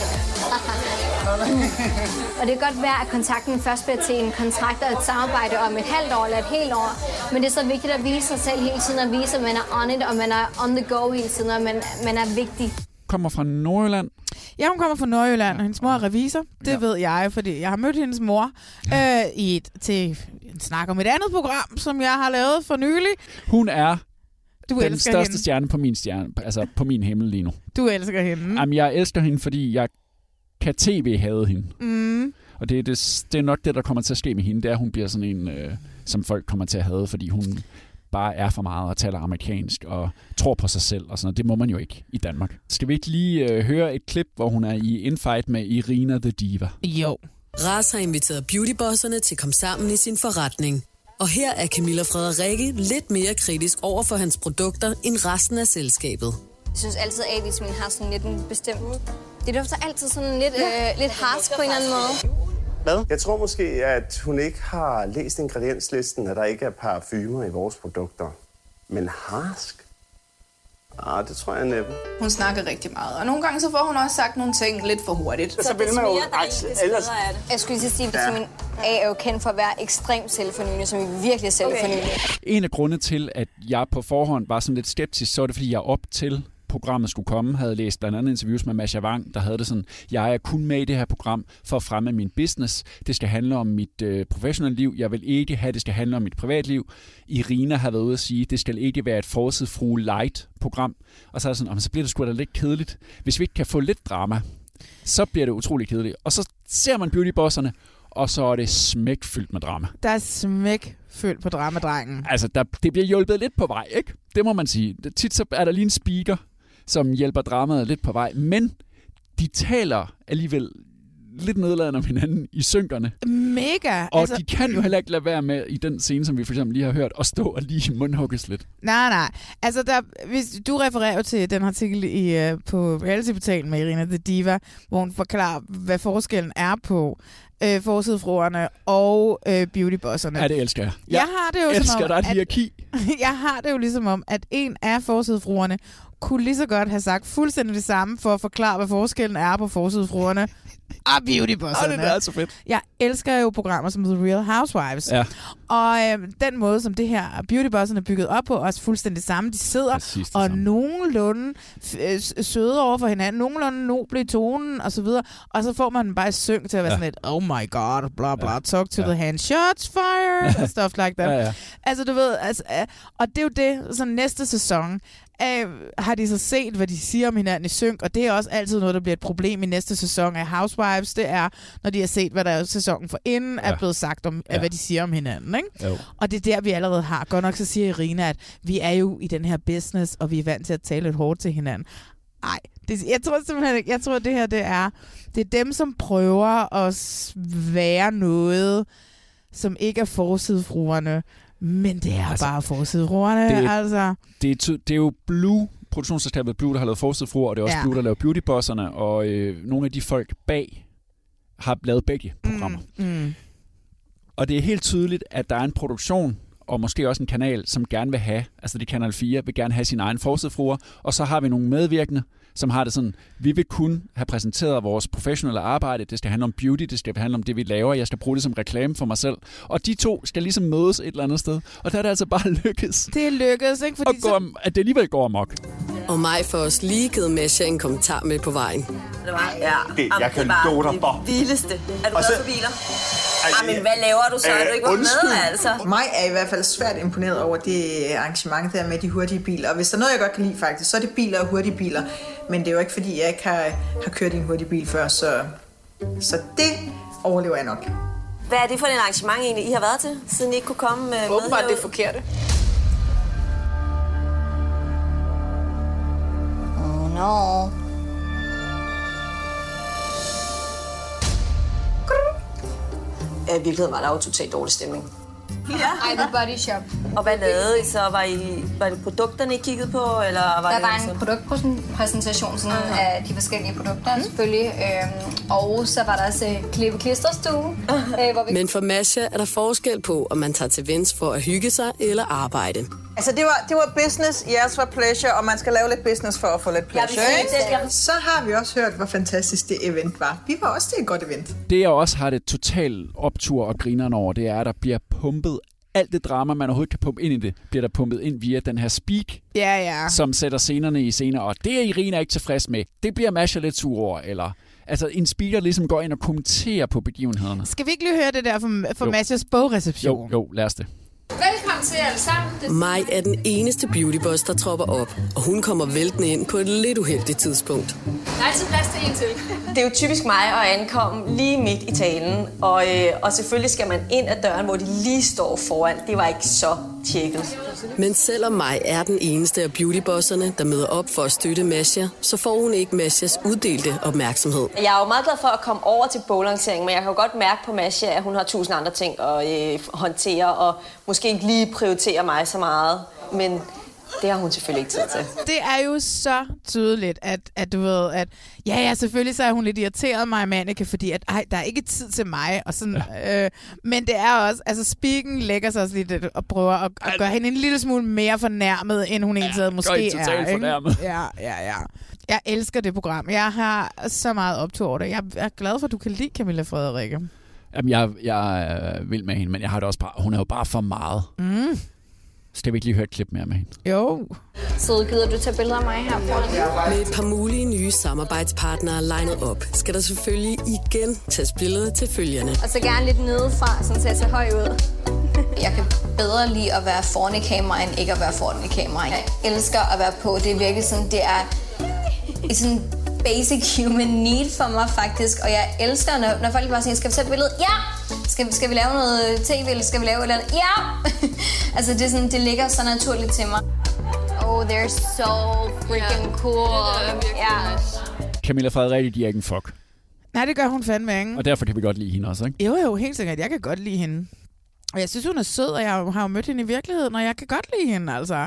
Og det kan godt være, at kontakten først bliver til en kontrakt og et samarbejde om et halvt år eller et helt år. Men det er så vigtigt at vise sig selv hele tiden, og vise, at man er on it, og man er on the go hele tiden, og man, man er vigtig. Kommer fra Nordjylland. Ja, hun kommer fra Nordjylland, og hendes mor er revisor. Det ja. ved jeg, fordi jeg har mødt hendes mor ja. øh, i et, til en snak om et andet program, som jeg har lavet for nylig. Hun er du den største hende. stjerne på min stjerne, altså på min himmel lige nu. Du elsker hende. Jamen, jeg elsker hende, fordi jeg kan tv-hade hende. Mm. Og det, det, det er nok det, der kommer til at ske med hende, det er, at hun bliver sådan en, øh, som folk kommer til at hade, fordi hun bare er for meget og taler amerikansk og tror på sig selv og sådan noget. Det må man jo ikke i Danmark. Skal vi ikke lige øh, høre et klip, hvor hun er i infight med Irina the Diva? Jo. Raz har inviteret beautybosserne til at komme sammen i sin forretning. Og her er Camilla Frederikke lidt mere kritisk over for hans produkter end resten af selskabet. Jeg synes altid, at A-vitamin har sådan lidt en bestemt... Det dufter altid sådan lidt, øh, lidt harsk på en eller anden måde. Hvad? Jeg tror måske, at hun ikke har læst ingredienslisten, at der ikke er parfumer i vores produkter. Men harsk? Ah, det tror jeg næppe. Hun snakker rigtig meget, og nogle gange så får hun også sagt nogle ting lidt for hurtigt. Så, så vil man jo... Ellers... Jeg skulle lige sige, at vitamin A er jo kendt for at være ekstremt selvfornyende, som er virkelig selvfornyende. Okay. En af grundene til, at jeg på forhånd var sådan lidt skeptisk, så var det, fordi jeg op til programmet skulle komme, havde læst blandt andet interviews med Masha Wang, der havde det sådan, jeg er kun med i det her program for at fremme min business. Det skal handle om mit øh, professionelle liv. Jeg vil ikke have, det skal handle om mit privatliv. Irina har været ude at sige, det skal ikke være et forsidefrue light program. Og så er det sådan, så bliver det sgu da lidt kedeligt. Hvis vi ikke kan få lidt drama, så bliver det utroligt kedeligt. Og så ser man beautybosserne, og så er det smækfyldt med drama. Der er smækfyldt på dramadrengen. Altså, der, det bliver hjulpet lidt på vej, ikke? Det må man sige. Tit så er der lige en speaker, som hjælper dramaet lidt på vej. Men de taler alligevel lidt nedladende om hinanden i synkerne. Mega! Og altså, de kan jo heller ikke lade være med i den scene, som vi for eksempel lige har hørt, at stå og lige mundhugges lidt. Nej, nej. Altså, der, hvis du refererer til den artikel i, uh, på reality-portalen med Irina the Diva, hvor hun forklarer, hvad forskellen er på øh, forsidefruerne og øh, beautybosserne. Ja, det elsker jeg. Jeg har det jo elsker, som om, der er et hierarki. At, jeg har det jo ligesom om, at en af forsidefruerne kunne lige så godt have sagt fuldstændig det samme for at forklare, hvad forskellen er på forsidefruerne og beautybosserne. Og det er så fedt. Jeg elsker jo programmer som The Real Housewives. Ja. Og øh, den måde, som det her beautybosserne er bygget op på, er også fuldstændig samme. De sidder og er nogenlunde øh, søde over for hinanden, nogenlunde noble i tonen og så videre. Og så får man bare synk til at være ja. sådan lidt, oh my god, bla bla, ja. talk to ja. the hand, shots fired, og stuff like that. Ja, ja. Altså, du ved, altså, øh, og det er jo det, så næste sæson, Øh, har de så set, hvad de siger om hinanden i synk, og det er også altid noget, der bliver et problem i næste sæson af Housewives, det er, når de har set, hvad der er sæsonen for inden, ja. er blevet sagt om, ja. hvad de siger om hinanden, ikke? Jo. Og det er der, vi allerede har. Godt nok så siger Irina, at vi er jo i den her business, og vi er vant til at tale lidt hårdt til hinanden. Nej, jeg tror simpelthen ikke, jeg tror, det her, det er, det er dem, som prøver at være noget, som ikke er forsidefruerne, Men det er altså, bare forsidefruerne, det, altså. Det er, det er jo Blue, produktionsselskabet Blue, der har lavet forsidefruer, og det er også ja. Blue, der laver Beautybosserne, og øh, nogle af de folk bag har lavet begge programmer. Mm, mm. Og det er helt tydeligt, at der er en produktion, og måske også en kanal, som gerne vil have, altså det Kanal fire, vil gerne have sin egen forsidefruer, og så har vi nogle medvirkende, som har det sådan, vi vil kun have præsenteret vores professionelle arbejde, det skal handle om beauty, det skal handle om det, vi laver, jeg skal bruge det som reklame for mig selv. Og de to skal ligesom mødes et eller andet sted, og der er det altså bare lykkes. Det er lykkes, ikke? Fordi så... om, at det alligevel går amok. Og mig får også lige givet Masha en kommentar med på vejen. Det var, ja. Det, jeg kan love dig for. Det vildeste. Er du og så... glad for biler? Ej, men hvad laver du så? Er du ikke med, altså? Mig er i hvert fald svært imponeret over det arrangement der med de hurtige biler. Og hvis der er noget, jeg godt kan lide faktisk, så er det biler og hurtige biler. Men det er jo ikke, fordi jeg ikke har, har kørt i en hurtig bil før, så, så det overlever jeg nok. Hvad er det for et arrangement egentlig, I har været til, siden I ikke kunne komme med? Åbenbart det forkerte. Oh no. I virkeligheden var der jo totalt dårlig stemning. Ja. Ej, The Body Shop. Og hvad lavede I så? Var, I, var det produkterne, I kiggede på? Eller var der det var en produktpræsentation sådan, uh-huh. af de forskellige produkter, mm. selvfølgelig. Øhm, og så var der også klippe klisterstue. øh, hvor vi... Men for Masha er der forskel på, om man tager til Vents for at hygge sig eller arbejde. Altså, det var, det var business, jeres var pleasure, og man skal lave lidt business for at få lidt pleasure. Ja, det, så har vi også hørt, hvor fantastisk det event var. Vi var også til et godt event. Det, jeg også har det totalt optur og grinerne over, det er, at der bliver pumpet alt det drama, man overhovedet kan pumpe ind i det, bliver der pumpet ind via den her speak, ja, ja. som sætter scenerne i scener, og det er Irina ikke tilfreds med. Det bliver Masha lidt sur over, eller... Altså, en speaker ligesom går ind og kommenterer på begivenhederne. Skal vi ikke lige høre det der for, for Mashas bogreception? Jo, jo, lad os det. Velkommen til alle sammen. Maj er den eneste beautyboss, der tropper op, og hun kommer væltende ind på et lidt uheldigt tidspunkt. Der er altid plads til en til. Det er jo typisk mig at ankomme lige midt i talen, og, øh, og selvfølgelig skal man ind ad døren, hvor de lige står foran. Det var ikke så tjekket. Men selvom Maj er den eneste af beautybosserne, der møder op for at støtte Masha, så får hun ikke Mashas uddelte opmærksomhed. Jeg er jo meget glad for at komme over til boglanceringen, men jeg kan jo godt mærke på Masha, at hun har tusind andre ting at øh, håndtere, og måske ikke lige prioritere mig så meget, men det har hun selvfølgelig ikke tid til. Det er jo så tydeligt, at, at du ved, at ja, ja, selvfølgelig så er hun lidt irriteret mig, Manike, fordi at, ej, der er ikke tid til mig, og sådan, ja. øh, men det er også, altså speaken lægger sig også lidt og prøver at, at gøre hende en lille smule mere fornærmet, end hun egentlig ja, måske er. Totalt fornærmet. Ja, ja, ja. Jeg elsker det program. Jeg har så meget optur over det. Jeg er glad for, at du kan lide Camilla Frederikke. Jamen, jeg, jeg er vild med hende, men jeg har det også bare, hun er jo bare for meget. Mm. Skal vi ikke lige høre et klip mere med hende? Jo. Så gider du tage billeder af mig her på? Med et par mulige nye samarbejdspartnere legnet op, skal der selvfølgelig igen tages billeder til følgerne. Og så gerne lidt nedefra, sådan så jeg ser høj ud. Jeg kan bedre lide at være foran i kamera, end ikke at være foran i kamera. Jeg elsker at være på. Det er virkelig sådan, det er sådan basic human need for mig faktisk. Og jeg elsker, når, når folk bare siger, skal vi tage et billede? Ja! Skal, skal vi lave noget tv, eller skal vi lave et eller andet? Ja! Altså, det, er sådan, det ligger så naturligt til mig. Oh, they're so freaking cool. Ja. Yeah. Camilla Frederikke giver ikke en fuck. Nej, det gør hun fandme ikke. Og derfor kan vi godt lide hende også, ikke? Jo, jo, helt sikkert. Jeg kan godt lide hende. Og jeg synes, hun er sød, og jeg har jo mødt hende i virkeligheden, og jeg kan godt lide hende, altså.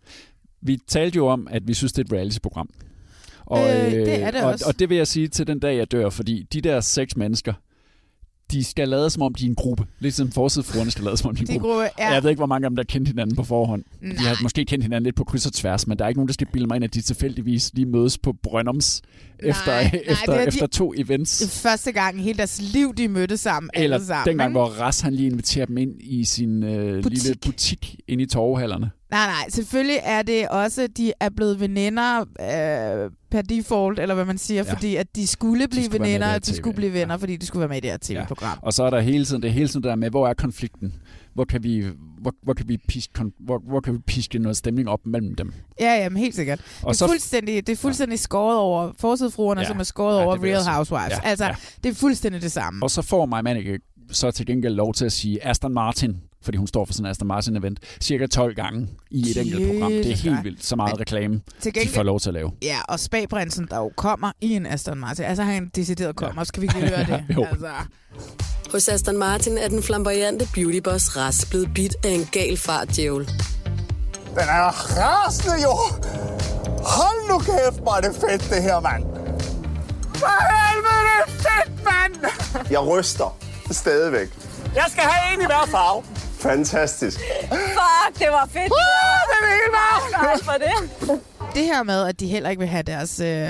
Vi talte jo om, at vi synes, det er et reality-program. Og, øh, det er det og, også. og det vil jeg sige til den dag, jeg dør, fordi de der seks mennesker, de skal lade som om, de er en gruppe. Lidt som forsidefruerne skal lade som om, de er en de gruppe. gruppe ja. Jeg ved ikke, hvor mange af dem, der kendte hinanden på forhånd. Nej. De har måske kendt hinanden lidt på kryds og tværs, men der er ikke nogen, der skal bilde mig ind, at de tilfældigvis lige mødes på Brøndums efter, nej, efter, nej, efter de, to events. Første gang i hele deres liv, de mødte sammen. Eller alle sammen, dengang, hvor Ras han lige inviterer dem ind i sin øh, butik. lille butik inde i Torvehallerne. Nej, nej. Selvfølgelig er det også, de er blevet veninder øh, per default, eller hvad man siger, ja. fordi at de skulle blive de skulle veninder, og de skulle blive venner, ja. fordi de skulle være med i det her tv-program. Ja. Og så er der hele tiden det hele tiden der med, hvor er konflikten? Hvor kan vi, hvor, hvor kan vi piske, hvor, hvor kan vi piske noget stemning op mellem dem? Ja, jamen helt sikkert. Og det er fuldstændig, det er fuldstændig ja. skåret over forsidefruerne, ja. som er skåret ja, over Real Housewives. Ja. Altså, ja. det er fuldstændig det samme. Og så får mig Manike så til gengæld lov til at sige Aston Martin, fordi hun står for sådan en Aston Martin-event, cirka tolv gange i et enkelt program. Det er helt vildt, så meget men, reklame, gengæld, de får lov til at lave. Ja, og Spagprinsen, der jo kommer i en Aston Martin. Altså, han decideret kommer. Ja. Skal vi ikke høre det? Jo. Altså. Hos Aston Martin er den flamboyante beautyboss Ras blevet bidt af en gal fartdjævel. Den er rasende, jo! Hold nu kæft, hvor er det fedt, det her, mand! For helvede, det er fedt, mand! Jeg ryster stadigvæk. Jeg skal have en i hver farve. Fantastisk. Fuck, det var fedt. Uh, det er helt meget. for det. Det her med, at de heller ikke vil have deres øh,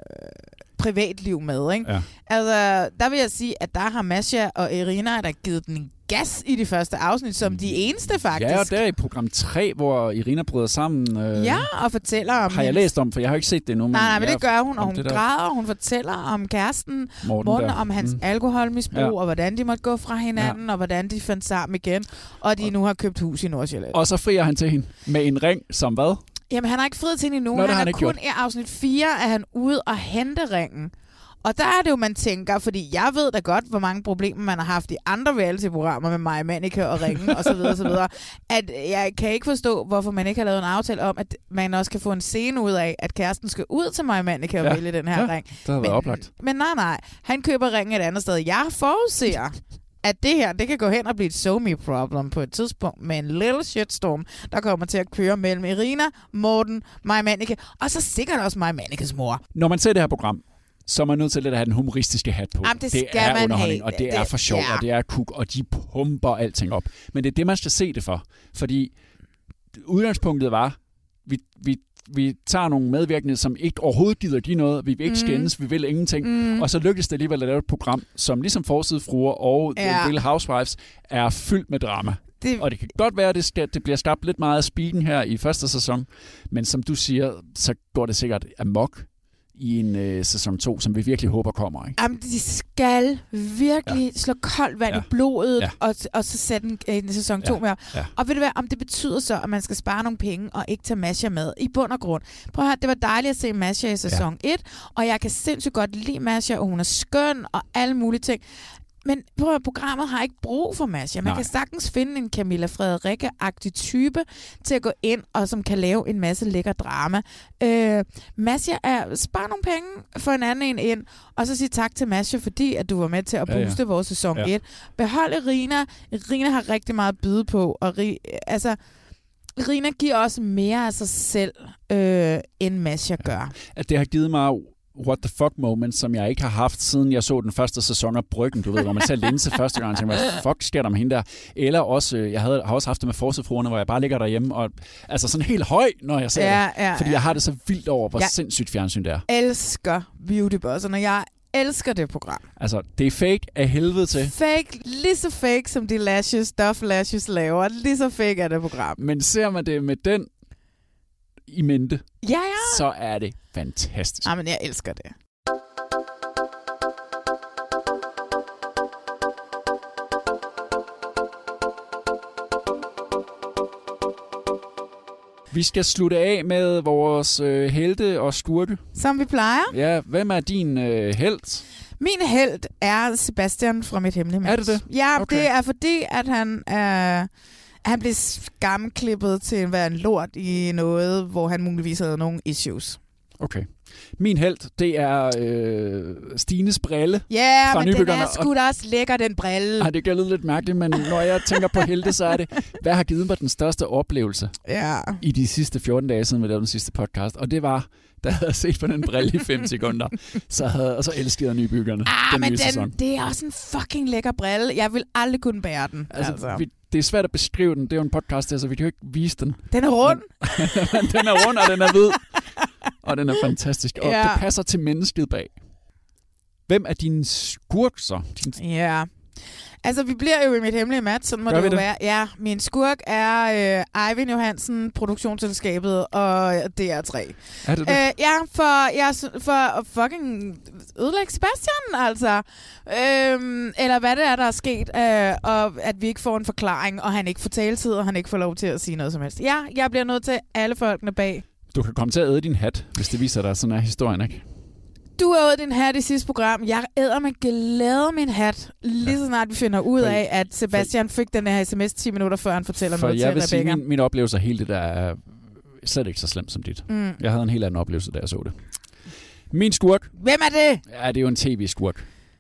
privatliv med, ikke? Ja. Altså, der vil jeg sige, at der har Masha og Irina, der givet den gas i de første afsnit, som de eneste faktisk. Ja, og der i program tre, hvor Irina bryder sammen. Øh, ja, og fortæller om... Har jeg læst om, for jeg har ikke set det endnu. Nej, nej, men jeg, det gør hun, og hun det græder, og hun fortæller om kæresten, Morten, Morten om hans mm. alkoholmisbrug, ja. og hvordan de måtte gå fra hinanden, ja. og hvordan de fandt sammen igen, og de nu har købt hus i Nordsjælland. Og så frier han til hende med en ring, som hvad? Jamen, han har ikke friet til hende endnu. Nå, han han er kun gjort. i afsnit fire, at han ude og hente ringen. Og der er det jo, man tænker, fordi jeg ved da godt, hvor mange problemer man har haft i andre reality-programmer med Maja Mannicke og Ringen og så videre, så videre, at jeg kan ikke forstå, hvorfor man ikke har lavet en aftale om, at man også kan få en scene ud af, at kæresten skal ud til Maja Mannicke og ja. vælge den her ja, ring. det har været men, oplagt. Men nej, nej. Han køber ringen et andet sted. Jeg forudser, at det her, det kan gå hen og blive et SoMe-problem på et tidspunkt med en lille shitstorm, der kommer til at køre mellem Irina, Morten, Maja Mannicke, og så sikkert også Maja Mannickes mor. Når man ser det her program, så er man nødt til lidt at have den humoristiske hat på. Jamen, det, det skal er man underholdning, have. og det, det er for sjov, ja. og det er kuk, og de pumper alting op. Men det er det, man skal se det for. Fordi udgangspunktet var, vi, vi, vi tager nogle medvirkende, som ikke overhovedet gider give noget. Vi vil ikke mm. skændes, vi vil ingenting. Mm. Og så lykkedes det alligevel at lave et program, som ligesom Forsidefruer og ja. The Real Housewives er fyldt med drama. Det... Og det kan godt være, at det, skal, det bliver skabt lidt meget af speeden her i første sæson. Men som du siger, så går det sikkert amok i en øh, sæson to, som vi virkelig håber kommer. Ikke? Jamen, de skal virkelig ja. slå koldt vand ja. i blodet, ja. og, og så sætte en, en sæson to ja. mere. Ja. Og ved du hvad, om det betyder så, at man skal spare nogle penge og ikke tage Masha med i bund og grund. Prøv at høre, det var dejligt at se Masha i sæson ja. et, og jeg kan sindssygt godt lide Masha, og hun er skøn og alle mulige ting. Men på programmet har ikke brug for Masha. Man Nej. kan sagtens finde en Camilla Frederikke-agtig type til at gå ind, og som kan lave en masse lækker drama. Øh, Masha er spare nogle penge for en anden en ind, og så sige tak til Masha, fordi at du var med til at booste ja, ja. vores sæson ja. et. Behold Irina. Irina har rigtig meget at byde på, og ri- altså... Irina giver også mere af sig selv, øh, end Masha gør. At det har givet mig what the fuck moment, som jeg ikke har haft, siden jeg så den første sæson af Bryggen, du ved, hvor man ser Linse første gang, og tænker, hvad fuck sker der med hende der? Eller også, jeg havde, har også haft det med Forsidefruerne, hvor jeg bare ligger derhjemme, og altså sådan helt høj, når jeg ser ja, det. Ja, fordi ja. jeg har det så vildt over, hvor jeg sindssygt fjernsyn det er. Jeg elsker Beautybosserne, jeg elsker det program. Altså, det er fake af helvede til. Fake, lige så fake, som de lashes, Duff Lashes laver. Lige så fake er det program. Men ser man det med den i mente, ja, ja. så er det fantastisk. Jamen, jeg elsker det. Vi skal slutte af med vores øh, helte og skurke. Som vi plejer. Ja, hvem er din øh, helt? Min helt er Sebastian fra Mit Hemmelige Match. Er det det? Ja, okay. Det er fordi, at han er... Han blev skamklippet til at være en lort i noget, hvor han muligvis havde nogle issues. Okay. Min helt, det er øh, Stines brille. Ja, yeah, men den er sgu da også lækker, den brille. Ej, det gør lidt mærkeligt, men når jeg tænker på helte, så er det, hvad har givet mig den største oplevelse ja. i de sidste fjorten dage, siden vi lavede den sidste podcast. Og det var, da jeg havde set på den brille i fem sekunder, så havde, og så elskede jeg Nybyggerne. Ah, den men nye den, sæson. det er også en fucking lækker brille. Jeg vil aldrig kunne bære den. Altså, altså. Vi, det er svært at beskrive den. Det er jo en podcast her, så vi kan jo ikke vise den. Den er rund. Men, den er rund, og den er hvid. Og den er fantastisk. Og ja. det passer til mennesket bag. Hvem er din skurk så? Din... Ja. Altså, vi bliver jo i Mit Hemmelige Match, sådan må Gør det jo det? være. Ja, min skurk er øh, Eivind Johansen, produktionsselskabet og D R tre. Er det det? Øh, ja, for, ja, for at fucking ødelægge Sebastian, altså. Øhm, eller hvad det er, der er sket, øh, og at vi ikke får en forklaring, og han ikke får taletid, og han ikke får lov til at sige noget som helst. Ja, jeg bliver nødt til alle folkene bag. Du kan komme til at æde din hat, hvis det viser dig, sådan er historien, ikke? Du æder din hat i sidste program. Jeg æder med glæde min hat, lige så snart vi finder ud for, af, at Sebastian for, fik den her sms ti minutter før han fortæller for noget jeg til vil Rebecca. Sige, min, min oplevelse af hele det der er slet ikke så slemt som dit. Mm. Jeg havde en helt anden oplevelse, da jeg så det. Min skurk. Hvem er det? Ja, det er jo en tv-skurk.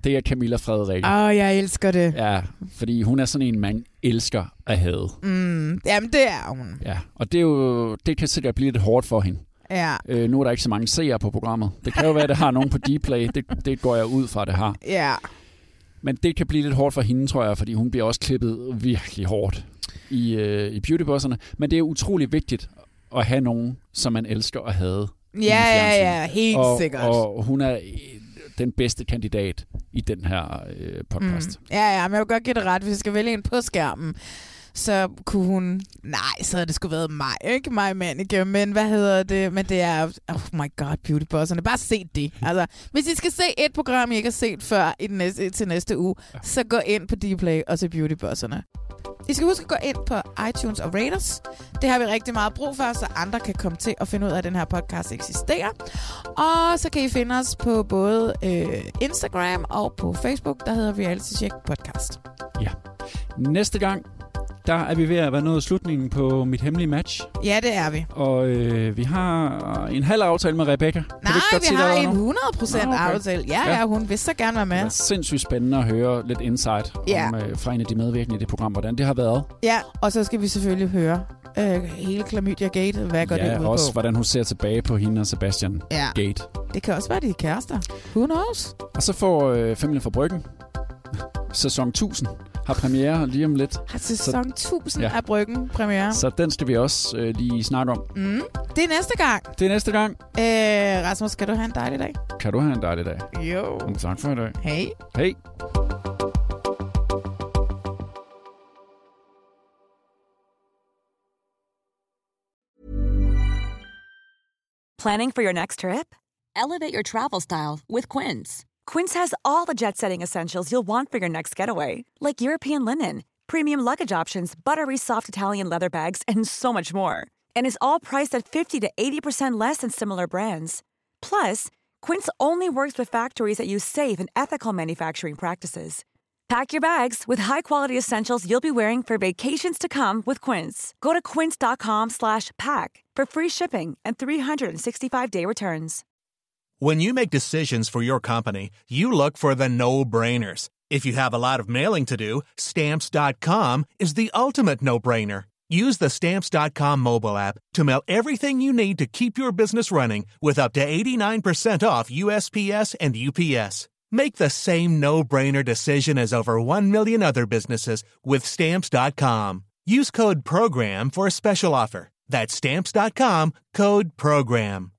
Det er Camilla Frederikke. Åh, oh, jeg elsker det. Ja, fordi hun er sådan en, man elsker at have. Mm, jamen, det er hun. Ja, og det, er jo, det kan sikkert blive lidt hårdt for hende. Ja. Øh, nu er der ikke så mange seere på programmet. Det kan jo være, at det har nogen på Dplay. Det, det går jeg ud fra, at det har. Ja. Men det kan blive lidt hårdt for hende, tror jeg, fordi hun bliver også klippet virkelig hårdt i, øh, i beautybosserne. Men det er utrolig vigtigt at have nogen, som man elsker at have. Ja, ja, ja, helt og, sikkert. Og hun er den bedste kandidat i den her øh, podcast. Mm. Ja, ja, men jeg vil godt give det ret. Hvis jeg skal vælge en på skærmen, så kunne hun... Nej, så havde det sgu været mig, ikke? Mig, Manike. Men hvad hedder det? Men det er... Oh my god, beautybosserne. Bare se det. Altså, hvis I skal se et program, I ikke har set før i den næste, til næste uge, ja. så gå ind på Dplay og se beautybosserne. I skal huske at gå ind på iTunes og rate os. Det har vi rigtig meget brug for, så andre kan komme til at finde ud af, at den her podcast eksisterer. Og så kan I finde os på både øh, Instagram og på Facebook. Der hedder Reality Check Podcast. Ja. Næste gang, der er vi ved at være nået slutningen på Mit Hemmelige Match. Ja, det er vi. Og øh, vi har en halv aftale med Rebecca. Nej, vi har en hundrede procent okay. aftale. Ja, ja, hun vil så gerne være med. Det er sindssygt spændende at høre lidt insight ja. om, øh, fra en af de medvirkende i det program, hvordan det har været. Ja, og så skal vi selvfølgelig høre øh, hele Klamydia Gate. Hvad går ja, det ud også på? hvordan hun ser tilbage på hende og Sebastian ja. Gate. Det kan også være, de er kærester. Who knows? Og så får øh, Familien fra Bryggen sæson tusind har premiere lige om lidt. Har sæson tusind ja. af Bryggen premiere. Så den skal vi også øh, lige snakke om. Mm. Det er næste gang. Det er næste gang. Øh, Rasmus, skal du have en dejlig dag? Kan du have en dejlig dag? Jo. Tak for i dag. Hej. Hej. Planning for your next trip? Elevate your travel style with Quince. Quince has all the jet-setting essentials you'll want for your next getaway, like European linen, premium luggage options, buttery soft Italian leather bags, and so much more. And is all priced at fifty to eighty percent less than similar brands. Plus, Quince only works with factories that use safe and ethical manufacturing practices. Pack your bags with high-quality essentials you'll be wearing for vacations to come with Quince. Go to quince.com slash pack for free shipping and three sixty-five day returns. When you make decisions for your company, you look for the no-brainers. If you have a lot of mailing to do, Stamps dot com is the ultimate no-brainer. Use the Stamps dot com mobile app to mail everything you need to keep your business running with up to eighty-nine percent off U S P S and U P S. Make the same no-brainer decision as over one million other businesses with Stamps dot com. Use code PROGRAM for a special offer. That's Stamps dot com, code PROGRAM.